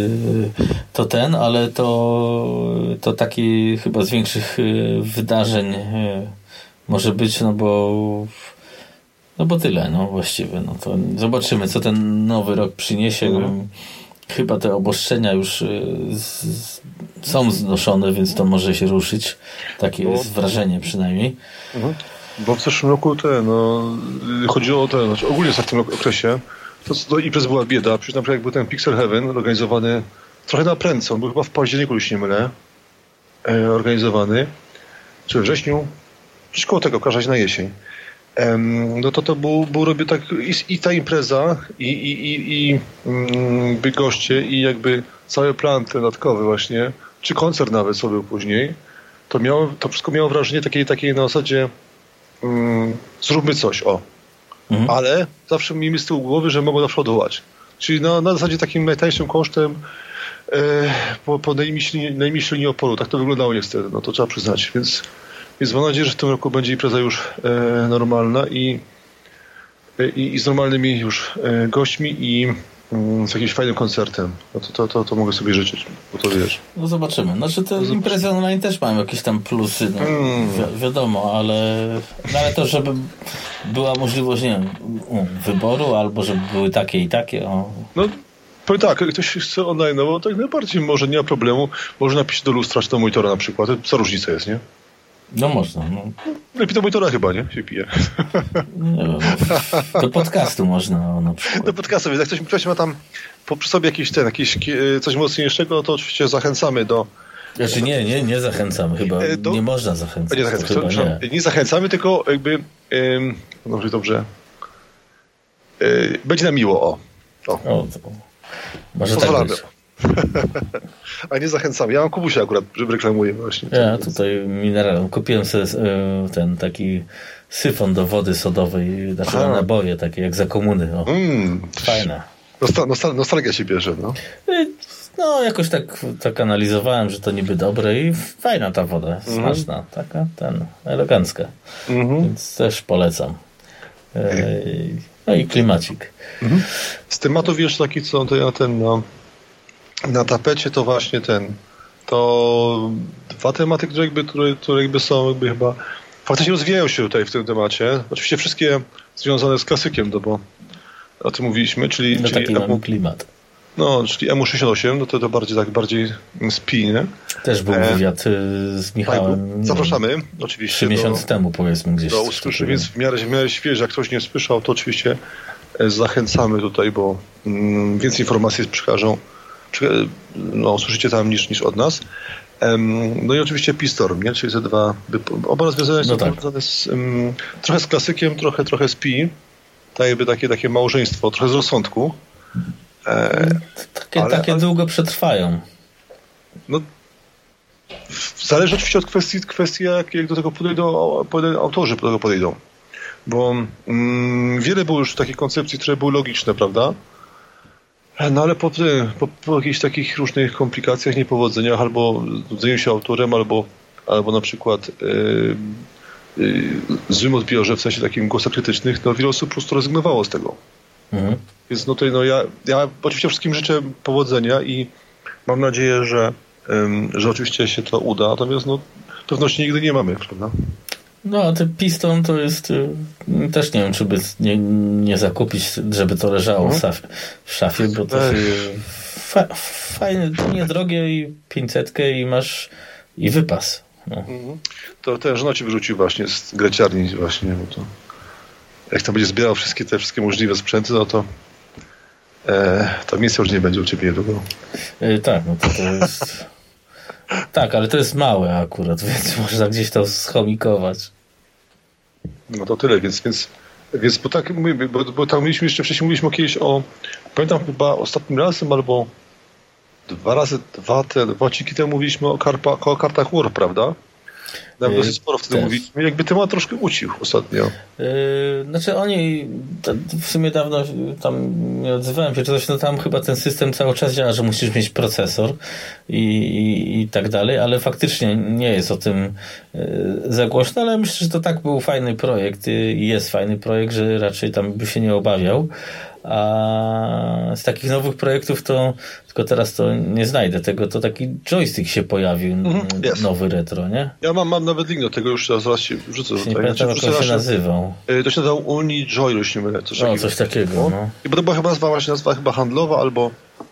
to ten, ale to, to taki chyba z większych wydarzeń może być, no bo No bo tyle, no właściwie. No to zobaczymy, co ten nowy rok przyniesie. Mhm. Chyba te obostrzenia już z, z, są znoszone, więc to może się ruszyć. Takie no. jest wrażenie przynajmniej. Mhm. Bo w zeszłym roku te, no, chodziło o te, znaczy ogólnie w tym okresie, to co do imprez była bieda. Przecież na przykład jak był ten Pixel Heaven organizowany trochę na prędce, on był chyba w październiku, już nie mylę, e, organizowany. Czy we wrześniu? Przecież koło tego, każdać na jesień. No to to był, był robił tak i, i ta impreza i, i, i, i mm, goście i jakby cały plan dodatkowy właśnie, czy koncert nawet co był później, to miało, to wszystko miało wrażenie takiej, takiej na zasadzie mm, zróbmy coś, o. Mhm. Ale zawsze miejmy z tyłu głowy, że mogą zawsze odwołać. Czyli na, na zasadzie takim najtańszym kosztem e, po, po najmniejszej, najmniejszej linii oporu. Tak to wyglądało niestety, no to trzeba przyznać, więc Więc mam nadzieję, że w tym roku będzie impreza już e, normalna i, i, i z normalnymi już e, gośćmi i mm, z jakimś fajnym koncertem. No to, to, to, to mogę sobie życzyć, bo to wiesz. No zobaczymy. Znaczy te no imprezy online też mają jakieś tam plusy, no, mm. wi- wiadomo, ale, no, ale to, żeby była możliwość, nie wiem, wyboru, albo żeby były takie i takie. O. No powiem tak, jak ktoś chce online, no bo tak najbardziej może nie ma problemu, może napisać do lustra czy do monitora na przykład. Co różnica jest, nie? No można. No. Lepiej do monitora chyba, nie? Się pije. Nie wiem, do podcastu można na przykład. Do podcastu, więc jak ktoś, ktoś ma tam po, przy sobie jakiś ten, jakiś coś mocniejszego, to oczywiście zachęcamy do... Znaczy nie, nie, nie zachęcamy chyba. Do... Nie można zachęcać. Nie zachęcamy, chyba, nie. nie zachęcamy, tylko jakby ym, dobrze, dobrze yy, będzie nam miło, o. o. o to... Może tak być. A nie zachęcamy. Ja mam Kubusia akurat, żeby reklamuję właśnie. Ja tutaj minerał. Kupiłem sobie ten taki syfon do wody sodowej, znaczy na naboje takie jak za komuny. O. Mm. Fajna. Nostal- nostal- nostalgia się bierze, no. No, jakoś tak, tak analizowałem, że to niby dobre i fajna ta woda, smaczna, mm-hmm. taka, ten, elegancka. Mm-hmm. Więc też polecam. No i klimacik. Mhm. Z tematów jeszcze taki, co to ja ten na, na tapecie, to właśnie ten to dwa tematy, które jakby, które, które jakby są jakby chyba faktycznie rozwijają się tutaj w tym temacie. Oczywiście wszystkie związane z klasykiem, no bo o tym mówiliśmy, czyli, no czyli taki mamy klimat. No, czyli M U sześćdziesiąt osiem, no to to bardziej tak bardziej spi, nie? Też był wywiad z Michałem. Zapraszamy, oczywiście. Trzy miesiące temu, powiedzmy, gdzieś. Do usłyszy, więc w miarę, w miarę świeży, jak ktoś nie słyszał, to oczywiście zachęcamy tutaj, bo mm, więcej informacji przekażą, no, usłyszycie tam niż, niż od nas. Um, no i oczywiście P-Storm, nie? Czyli te dwa, oba rozwiązania są no tak. związane z, um, trochę z klasykiem, trochę, trochę z Pi. Tak jakby takie, takie małżeństwo, trochę z rozsądku. E, takie ale, takie ale, długo przetrwają. No, zależy oczywiście od kwestii, kwestii jak, jak do tego podejdą, podejdą autorzy, do tego podejdą. Bo mm, wiele było już takich koncepcji, które były logiczne, prawda? No ale po, po, po jakichś takich różnych komplikacjach, niepowodzeniach, albo znudzeniu się autorem, albo, albo na przykład yy, yy, złym odbiorze, w sensie takim głosach krytycznych, no wiele osób po prostu rezygnowało z tego. Mhm. Więc no tutaj no ja, ja oczywiście wszystkim życzę powodzenia i mam nadzieję, że, ym, że oczywiście się to uda, natomiast no pewności nigdy nie mamy, prawda? No, a ten Piston to jest też nie wiem, czy by nie, nie zakupić, żeby to leżało mhm. w, szafie, w szafie, bo to fa, fajne, to niedrogie i pięćsetkę i masz i wypas. No. Mhm. To też żona ci wyrzuci właśnie z greciarni właśnie, bo to jak tam będzie zbierał wszystkie te wszystkie możliwe sprzęty, no to e, to miejsca już nie będzie u ciebie niedługo. E, tak, no to, to jest tak, ale to jest małe akurat, więc można gdzieś to schomikować. No to tyle, więc więc, więc bo tak mówimy, bo, bo tam mieliśmy jeszcze wcześniej mówiliśmy kiedyś o, pamiętam chyba ostatnim razem albo dwa razy, dwa te dwa odcinki temu mówiliśmy o, karpa, o kartach War, prawda? Nawet dosyć sporo wtedy mówiliśmy. Jakby temat troszkę ucichł ostatnio. Yy, znaczy oni w sumie dawno tam nie odzywałem się, czy coś, no tam chyba ten system cały czas działa, że musisz mieć procesor i, i, i tak dalej, ale faktycznie nie jest o tym yy, za głośno, ale myślę, że to tak był fajny projekt i jest fajny projekt, że raczej tam by się nie obawiał. A z takich nowych projektów to tylko teraz to nie znajdę tego, to taki joystick się pojawił, mm, yes. nowy retro, nie? Ja mam, mam nawet link do tego, już zaraz się wrzucę. Nie pamiętam, jak on się nazywał. To się nazywał UniJoy, jeśli nie mylę. Coś no, takiego. coś takiego, no. I bo to była chyba nazwa, właśnie nazwa chyba handlowa, albo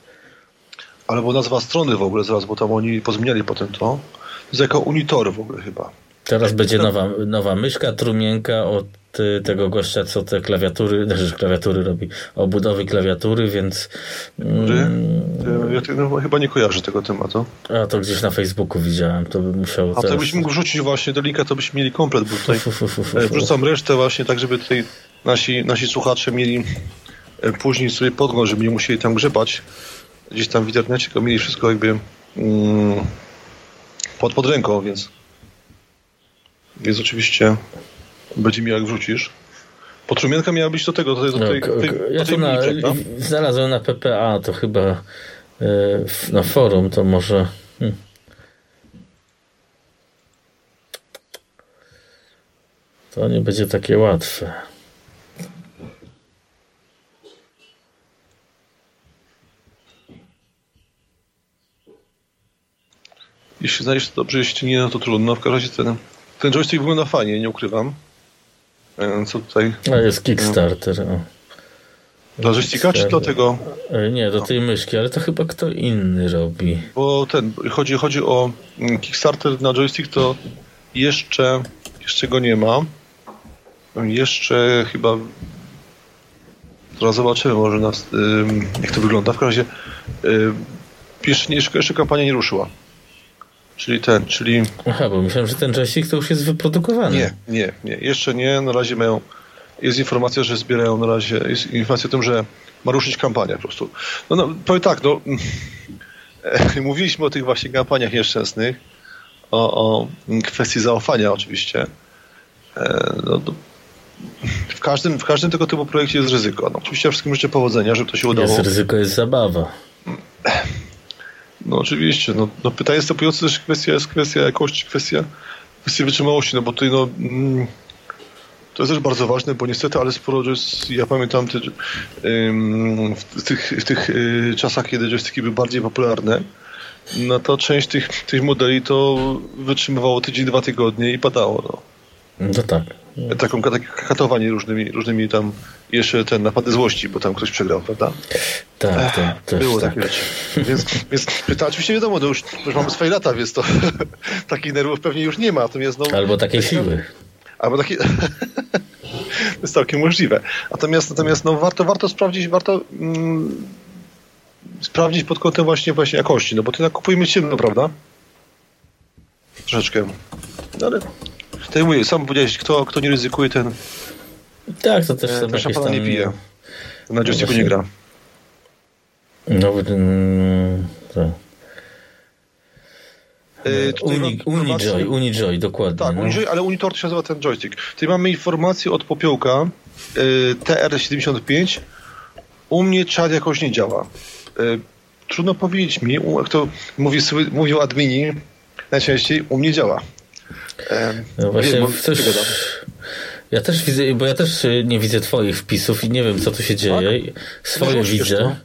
albo nazwa strony w ogóle zaraz, bo tam oni pozmieniali potem to. To jest jako Unitor w ogóle chyba. Teraz będzie nowa, nowa myszka, trumienka od tego gościa, co te klawiatury, znaczy klawiatury robi, obudowy klawiatury, więc... Mm, ja no, chyba nie kojarzę tego tematu. A to gdzieś na Facebooku widziałem, to bym musiał... A teraz... to byś mógł wrzucić właśnie do linka, to byśmy mieli komplet, bo tutaj fu, fu, fu, fu, fu. wrzucam resztę właśnie tak, żeby tutaj nasi, nasi słuchacze mieli później sobie podgląd, żeby nie musieli tam grzebać gdzieś tam w internecie, tylko mieli wszystko jakby mm, pod, pod ręką, więc więc oczywiście będzie mi jak wrzucisz. Potrumienka miała być do tego, do tej, do tej, no, tej, ja do tej to na, znalazłem na P P A, to chyba y, na forum, to może hmm. to nie będzie takie łatwe. Jeśli znajdziesz to dobrze, jeśli nie, no to trudno. W każdym razie ten, ten joystick wygląda fajnie, nie ukrywam. Co tutaj? A jest Kickstarter. O. Dla joysticka czy do tego? Nie, do tej myszki, ale to chyba kto inny robi. Bo ten, chodzi, chodzi o Kickstarter na joystick, to jeszcze, jeszcze go nie ma. Jeszcze chyba zaraz zobaczymy może nas, jak to wygląda. W każdym razie jeszcze, jeszcze, jeszcze kampania nie ruszyła. Czyli ten, czyli... Aha, bo myślałem, że ten joystick to już jest wyprodukowany. Nie, nie, nie. Jeszcze nie. Na razie mają... Jest informacja, że zbierają na razie... Jest informacja o tym, że ma ruszyć kampania po prostu. No, no powiem tak, no... Mówiliśmy o tych właśnie kampaniach nieszczęsnych. O, o kwestii zaufania oczywiście. No, to w każdym, w każdym tego typu projekcie jest ryzyko. No, oczywiście wszystkim życzę powodzenia, żeby to się udało. Jest ryzyko, jest zabawa. No oczywiście, no, no pytanie stopujące też kwestia jest kwestia jakości, kwestia, kwestia wytrzymałości, no bo tutaj no mm, To jest też bardzo ważne, bo niestety, ale sporo, jest, ja pamiętam ty, ym, w tych, w tych y, czasach, kiedy joysticki były bardziej popularne, no to część tych, tych modeli to wytrzymywało tydzień, dwa tygodnie i padało. No, no tak. Taką, takie katowanie różnymi, różnymi tam jeszcze ten napady złości, bo tam ktoś przegrał, prawda? Tak, to też było tak. takie rzeczy. Więc, więc pyta, oczywiście wiadomo, to już, już mamy swoje lata, więc to takich nerwów pewnie już nie ma. Natomiast, no, albo takiej siły. Albo takie... to jest całkiem możliwe. Natomiast, natomiast no, warto, warto sprawdzić, warto mm, sprawdzić pod kątem właśnie, właśnie jakości, no bo ty nakupujemy ciemno, prawda? Troszeczkę. No ale tutaj mówię, sam powiedziałeś, kto, kto nie ryzykuje, ten tak, to też e, są ten szampana tam... nie pije. Na joysticku nie gra. No, mm, to... Yy, Uni, Unijoy, Unijoy, dokładnie. Tak, no. Unijoy, ale Unitor to się nazywa ten joystick. Tutaj mamy informację od Popiołka yy, T R siedemdziesiąt pięć. U mnie czad jakoś nie działa. Yy, trudno powiedzieć mi, jak to mówi, mówią admini, najczęściej u mnie działa. Yy, no właśnie, wiem, coś... Ja też widzę, bo ja też nie widzę twoich wpisów i nie wiem, co tu się dzieje. Tak? Swoje no, widzę. To.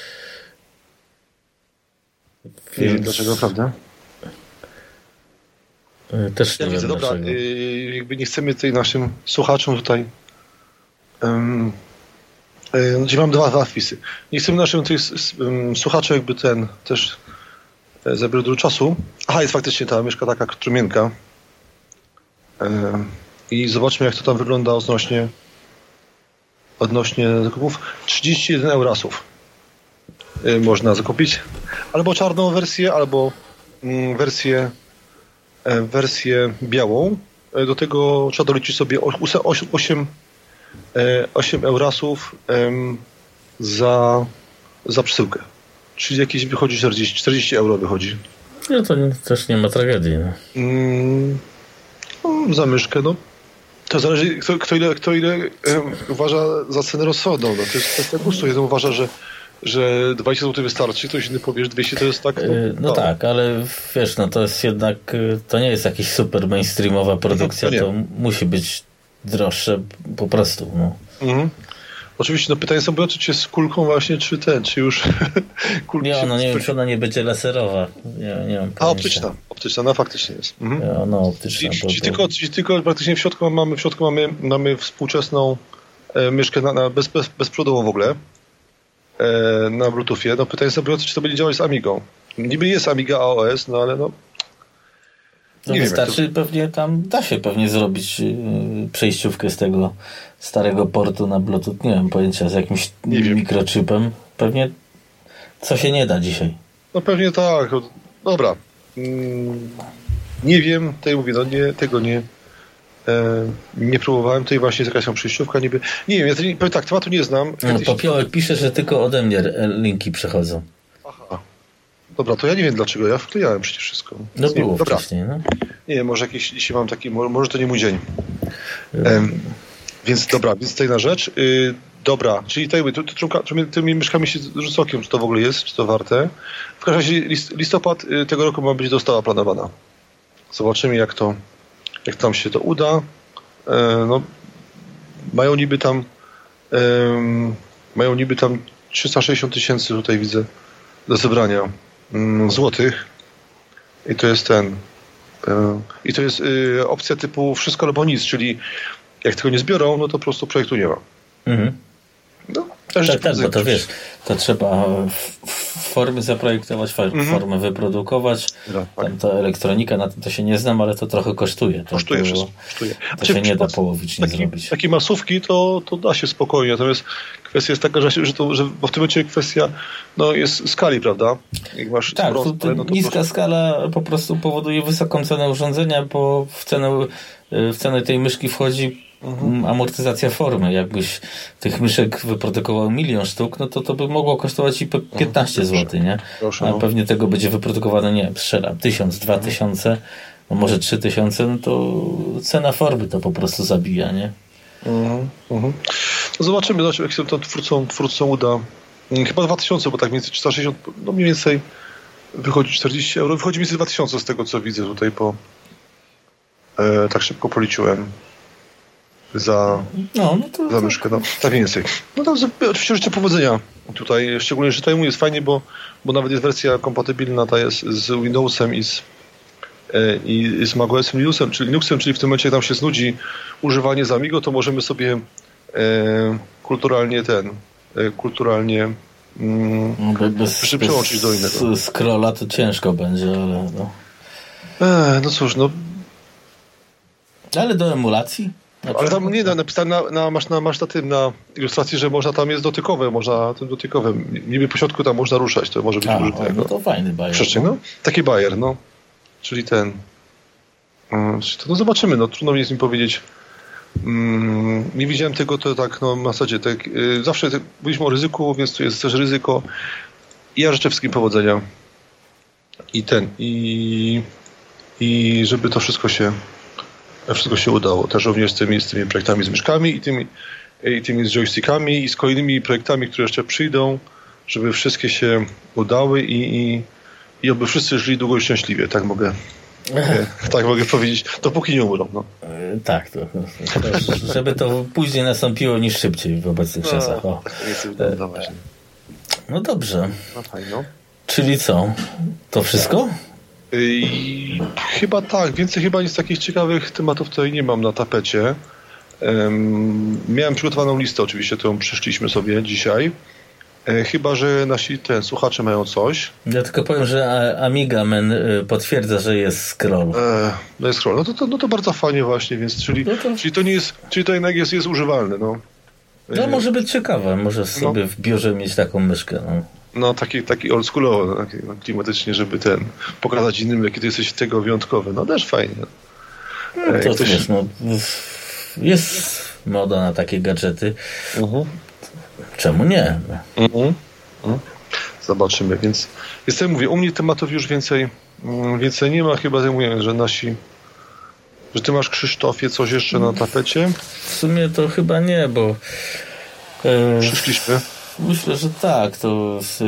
Nie Więc... wiem dlaczego, prawda? Też nie ja wiem widzę, dobra, yy, jakby nie chcemy tutaj naszym słuchaczom tutaj um, yy, gdzie mam dwa, dwa wpisy. Nie chcemy naszym tutaj um, słuchaczom jakby ten też e, zabrać dużo czasu. Aha, jest faktycznie ta myszka taka strumienka. Yy, I zobaczmy, jak to tam wygląda odnośnie odnośnie zakupów. trzydzieści jeden eurasów yy, można zakupić. Albo czarną wersję, albo mm, wersję wersję białą. Do tego trzeba doliczyć sobie osiem eurasów za, za przesyłkę. Czyli jakieś wychodzi czterdzieści, czterdzieści euro wychodzi. No to też nie ma tragedii. No. Mm, no, za myszkę, no. To zależy, kto, kto ile, kto ile um, uważa za cenę rozsądną. No. To jest kwestia gustu. Jeden uważa, że że dwadzieścia złotych wystarczy, ktoś inny powie, że dwieście to jest tak... No, no, no tak, ale wiesz, no to jest jednak, to nie jest jakaś super mainstreamowa produkcja, no, to, to musi być droższe po prostu. No. Mhm. Oczywiście, no pytanie są, czy z kulką właśnie, czy ten, czy już... nie, no nie wiem, czy ona nie będzie laserowa. Nie, nie mam A, optyczna, optyczna, no faktycznie jest. Mhm. Ja, no optyczna. Czyli, bo, czyli, bo... Tylko, czyli tylko praktycznie w środku mamy, w środku mamy, mamy współczesną e, myszkę na, na bez, bez, bezprzewodową w ogóle. Na Bluetoothie. No pytanie sobie, czy to będzie działać z Amigą. Niby jest Amiga A O S, no ale no... No nie wystarczy wiem, to... pewnie tam, da się pewnie zrobić yy, przejściówkę z tego starego portu na Bluetooth. Nie mam pojęcia, z jakimś mikrochipem. Pewnie co się nie da dzisiaj. No pewnie tak. Dobra. Mm, nie wiem, tutaj mówię, no nie, tego nie e, nie próbowałem. Tutaj właśnie jest jakaś tam przejściówka niby. Nie wiem, ja to nie, powiem tak, tematu nie znam. No, Popiołek się... pisze, że tylko ode mnie linki przechodzą. Aha. Dobra, to ja nie wiem dlaczego. Ja wklejałem przecież wszystko. No nie, było dobra. wcześniej, no. Nie wiem, może jakiś dzisiaj mam taki, może to nie mój dzień. Um, więc dobra, więc tutaj na rzecz. Yy, dobra, czyli tutaj tu, tu, tu, tymi myszkami się rzucę okiem, czy to w ogóle jest, czy to warte. W każdym razie list, listopad tego roku ma być dostawa planowana. Zobaczymy, jak to, jak tam się to uda. Yy, no, mają niby tam yy, mają niby tam trzysta sześćdziesiąt tysięcy tutaj widzę do zebrania yy, złotych. I to jest ten yy, i to jest yy, opcja typu wszystko albo nic, czyli jak tego nie zbiorą, no to po prostu projektu nie ma. Mhm. No, tak, tak, bo to wiesz, to trzeba w, w formie zaprojektować, w mhm. formę wyprodukować. No, tak. Tam ta elektronika, na tym to się nie znam, ale to trochę kosztuje. To, kosztuje to, wszystko. Kosztuje. To znaczy, się nie da połowicznie taki, zrobić. Takie masówki to, to da się spokojnie, natomiast kwestia jest taka, że, że, to, że bo w tym momencie kwestia no, jest skali, prawda? Jak masz tak, sporo, to, no to niska proszę. skala po prostu powoduje wysoką cenę urządzenia, bo w cenę, w cenę tej myszki wchodzi Mhm. amortyzacja formy. Jakbyś tych myszek wyprodukował milion sztuk, no to to by mogło kosztować i piętnaście złotych, nie? Proszę, a no. pewnie tego będzie wyprodukowane, nie wiem, strzelam, tysiąc, dwa tysiące, no może trzy tysiące, no to cena formy to po prostu zabija, nie? Mhm. Mhm. No zobaczymy, zobaczymy, jak się to twórcom, twórcom uda. Chyba dwa tysiące, bo tak mniej więcej trzysta sześćdziesiąt, no mniej więcej wychodzi czterdzieści euro, wychodzi mniej więcej dwa tysiące z tego, co widzę tutaj, po e, tak szybko policzyłem. za, no, no to, za myszkę. No, tak więcej. No to oczywiście życzę powodzenia tutaj, szczególnie, że tutaj jest fajnie, bo, bo nawet jest wersja kompatybilna ta jest z Windowsem i z, i z macOSem Linuxem, czyli Linuxem, czyli w tym momencie jak nam się znudzi używanie z Amigo, to możemy sobie e, kulturalnie ten, e, kulturalnie mm, no, bez, bez, przełączyć do innego. Scrolla to ciężko będzie, ale no. E, no cóż, no. Ale do emulacji? Ale tam nie, no, napisane na, na, masz, na, masz na tym, na ilustracji, że można tam jest dotykowe, można tym dotykowym, niby po środku tam można ruszać, to może być A, użyte. no to fajny bajer. Przecież, no. Taki bajer, no. Czyli ten. No zobaczymy, no trudno mi z nim powiedzieć. Mm, nie widziałem tego, to tak, no w zasadzie tak, yy, zawsze tak, mówiliśmy o ryzyku, więc tu jest też ryzyko. I ja życzę wszystkim powodzenia. I ten, i, i żeby to wszystko się wszystko się udało. Też również z tymi, z tymi projektami z myszkami i tymi, i tymi z joystickami i z kolejnymi projektami, które jeszcze przyjdą, żeby wszystkie się udały i, i, i oby wszyscy żyli długo i szczęśliwie, tak mogę tak mogę powiedzieć, dopóki nie umrą. No. E, tak, to, to, to, żeby to później nastąpiło niż szybciej w obecnych no, czasach. O. Tak nie chcę wyglądać. E, no dobrze. No fajno. Czyli co? To wszystko? I chyba tak. Więcej chyba nic takich ciekawych tematów tutaj nie mam na tapecie. Um, miałem przygotowaną listę oczywiście, którą przeszliśmy sobie dzisiaj. E, chyba, że nasi ten, słuchacze mają coś. Ja tylko powiem, że Amiga Man potwierdza, że jest scroll. E, no jest scroll. No to, to, no to bardzo fajnie właśnie, więc czyli, no to... czyli to nie jest, czyli to jednak jest, jest używalne. No, no może być ciekawe. Może sobie no. w biurze mieć taką myszkę. No. No taki, taki oldschoolowo, taki, no, klimatycznie, żeby ten pokazać innym, jaki ty jesteś tego wyjątkowy. No też fajnie. No, to ktoś... wiesz, no, jest moda na takie gadżety. Uh-huh. Czemu nie? Uh-huh. Uh-huh. Zobaczymy, więc jestem, mówię, u mnie tematów już więcej więcej nie ma, chyba że mówię, że nasi że ty masz, Krzysztofie, coś jeszcze na tapecie? W sumie to chyba nie, bo e... przyszliśmy. Myślę, że tak. To z, y,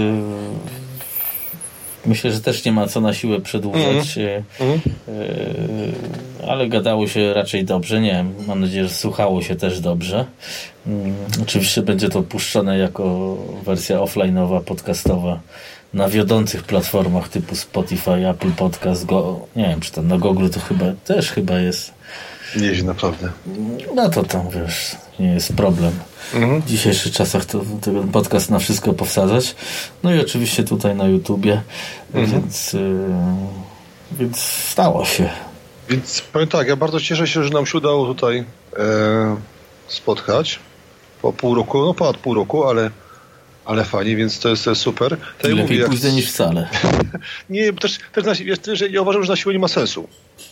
myślę, że też nie ma co na siłę przedłużać. Mm. Y, y, ale gadało się raczej dobrze. Nie, mam nadzieję, że słuchało się też dobrze. Y, oczywiście będzie to puszczone jako wersja offline'owa, podcastowa na wiodących platformach typu Spotify, Apple Podcast, Go, nie wiem, czy tam na Google to chyba też chyba jest. Nie, naprawdę. No to tam, wiesz, nie jest problem. Mhm. W dzisiejszych czasach to ten podcast na wszystko powsadzać. No i oczywiście tutaj na YouTubie. Mhm. Więc, yy, więc stało się. Więc powiem tak, ja bardzo cieszę się, że nam się udało tutaj e, spotkać po pół roku, no ponad pół roku, ale ale fajnie, więc to jest, to jest super. To ja lepiej mówię, później jak... niż wcale. Nie, bo też, też, na, też ja uważam, że na siłę nie ma sensu.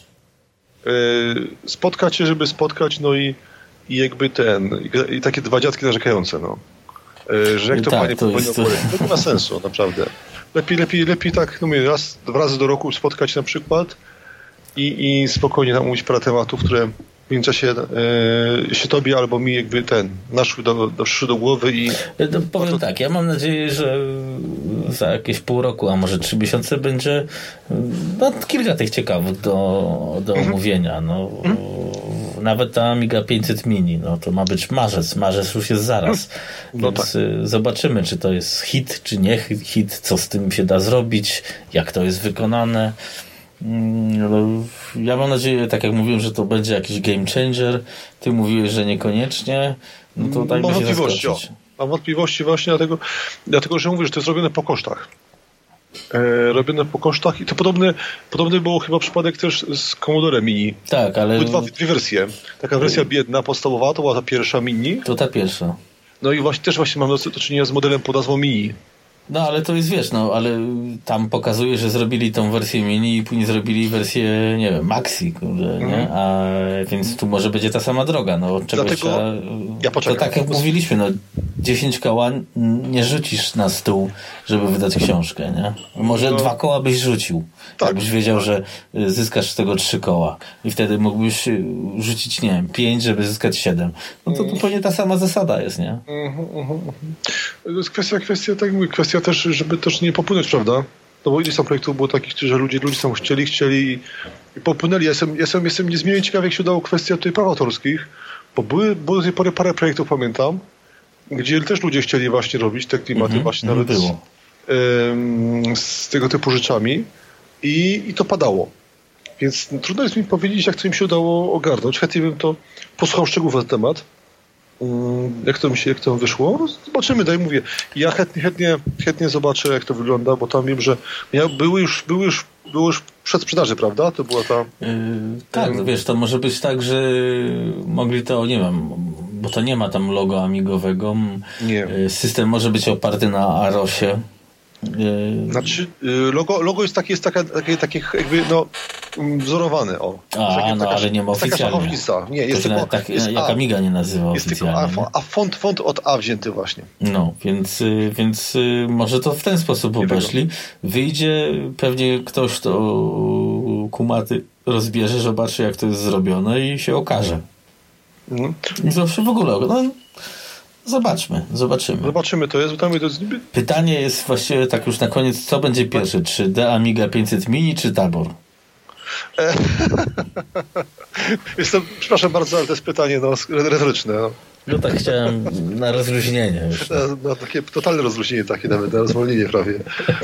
Spotkać się, żeby spotkać, no i, i jakby ten, i, i takie dwa dziadki narzekające, no. Że jak to tak, panie to, powinno to... to nie ma sensu, naprawdę. Lepiej, lepiej, lepiej tak, no mówię, raz, dwa razy do roku spotkać na przykład i, i spokojnie tam mówić parę tematów, które w międzyczasie e, się tobie albo mi jakby ten, naszły do, doszły do głowy i... No, powiem to... tak, ja mam nadzieję, że za jakieś pół roku, a może trzy miesiące będzie no, kilka tych ciekawych do, do mhm. omówienia. No, mhm. Nawet ta Amiga pięćset Mini, no to ma być marzec. Marzec już jest zaraz. No więc tak. Zobaczymy, czy to jest hit, czy nie hit, co z tym się da zrobić, jak to jest wykonane. Ja mam nadzieję, tak jak mówiłem, że to będzie jakiś game changer. Ty mówiłeś, że niekoniecznie. No to dajmy się zaskoczyć. Mam wątpliwości właśnie dlatego, dlatego, że mówię, że to jest robione po kosztach. E, robione po kosztach i to podobny, podobny był chyba przypadek też z Commodore Mini. Tak, ale... Były dwa, dwie wersje. Taka wersja biedna, podstawowa, to była ta pierwsza Mini. To ta pierwsza. No i właśnie też właśnie mam do czynienia z modelem pod nazwą Mini. No ale to jest, wiesz, no ale tam pokazuje, że zrobili tą wersję mini i później zrobili wersję, nie wiem, maxi, kurde, nie? Mm. A więc tu może będzie ta sama droga, no czegoś Dlatego trzeba... Ja poczekam. To tak jak mówiliśmy, no dziesięć koła nie rzucisz na stół, żeby wydać książkę, nie? Może no. dwa koła byś rzucił, tak. Jakbyś wiedział, że zyskasz z tego trzy koła i wtedy mógłbyś rzucić, nie wiem, pięć, żeby zyskać siedem. No to, to pewnie ta sama zasada jest, nie? To jest kwestia, kwestia, tak mówię, kwestia też, żeby też nie popłynąć, prawda? No bo ileś tam projektów było takich, że ludzie, ludzie tam chcieli, chcieli i popłynęli. Ja jestem, jestem, jestem niezmiernie ciekawy, jak się udało kwestia tutaj praw autorskich, Bo były, było do tej pory parę projektów, pamiętam, gdzie też ludzie chcieli właśnie robić te klimaty mm-hmm, właśnie nawet z, ym, z tego typu rzeczami i, i to padało. Więc trudno jest mi powiedzieć, jak to im się udało ogarnąć. Chętnie bym to posłuchał szczegółów na ten temat. Jak to mi się, jak to wyszło? Zobaczymy, daj mówię. Ja chętnie, chętnie, chętnie zobaczę, jak to wygląda, bo tam wiem, że miał, były już, były już, było już przedsprzedaży, prawda? To była ta... Yy, tak, um, wiesz, to może być tak, że mogli to, nie wiem, bo to nie ma tam logo amigowego. Nie. System może być oparty na Arosie. Znaczy, logo, logo jest takie, jest takie, takie, takie jakby, no, wzorowane, o. A, takie, no, taka, ale nie ma oficjalnie. Nie, jest tylko, tak, jest jak A. Amiga nie nazywa jest oficjalnie. Tylko A, a font, font od A wzięty właśnie. No, więc, więc może to w ten sposób obeszli. Wyjdzie pewnie ktoś, to kumaty rozbierze, zobaczy, jak to jest zrobione i się okaże. Mhm. I zawsze w ogóle, no, zobaczmy, zobaczymy. Zobaczymy, to jest, to jest... Pytanie jest właściwie tak już na koniec, co będzie pierwsze? Czy D Amiga pięćset Mini, czy Tabor? E, Jestem, przepraszam bardzo, ale to jest pytanie no, retoryczne. No. no tak chciałem na rozluźnienie już. Na, na takie totalne rozluźnienie, takie nawet na rozwolnienie prawie.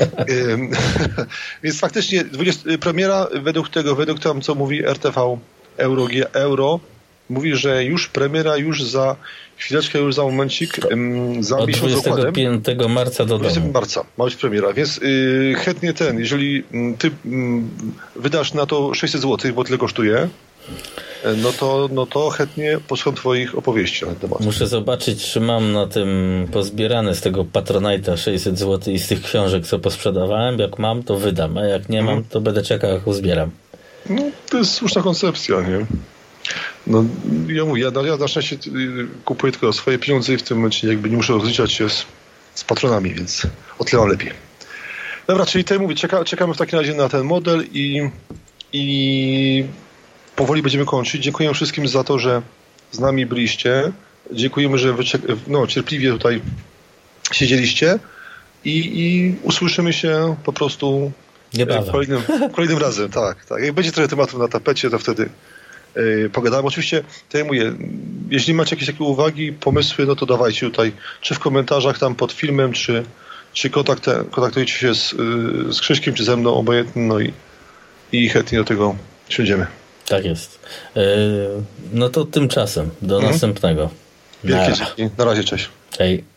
Więc faktycznie dwudziesta premiera według tego, według tam co mówi R T V Euro, Euro mówi, że już premiera już za chwileczkę, już za momencik, um, za od miesiąc dwudziestego piątego marca do domu. dwudziestego marca ma być premiera, więc yy, chętnie ten, jeżeli ty yy, wydasz na to sześćset złotych, bo tyle kosztuje, no to, no to chętnie posłucham twoich opowieści na ten temat. Muszę zobaczyć, czy mam na tym pozbierane z tego Patronite'a sześćset złotych i z tych książek, co posprzedawałem. Jak mam, to wydam, a jak nie mam, to będę czekał, jak uzbieram. No, to jest słuszna koncepcja, nie? No, ja mówię, ja, ja na szczęście kupuję tylko swoje pieniądze i w tym momencie jakby nie muszę rozliczać się z, z patronami, więc o tyle mam lepiej. Dobra, czyli tutaj mówię, czeka, czekamy w takim razie na ten model i, i powoli będziemy kończyć. Dziękuję wszystkim za to, że z nami byliście. Dziękujemy, że wyczek- no, cierpliwie tutaj siedzieliście i, i usłyszymy się po prostu kolejnym, kolejnym razem. Tak, tak. Jak będzie trochę tematów na tapecie, to wtedy pogadamy. Oczywiście, to ja mówię, jeśli macie jakieś takie uwagi, pomysły, no to dawajcie tutaj, czy w komentarzach tam pod filmem, czy, czy kontakt, kontaktujcie się z, z Krzyśkiem, czy ze mną, obojętnie, no i, i chętnie do tego siądziemy. Tak jest. Yy, no to tymczasem, do mhm. następnego. Wielkie dzięki. Na razie, cześć. Hej.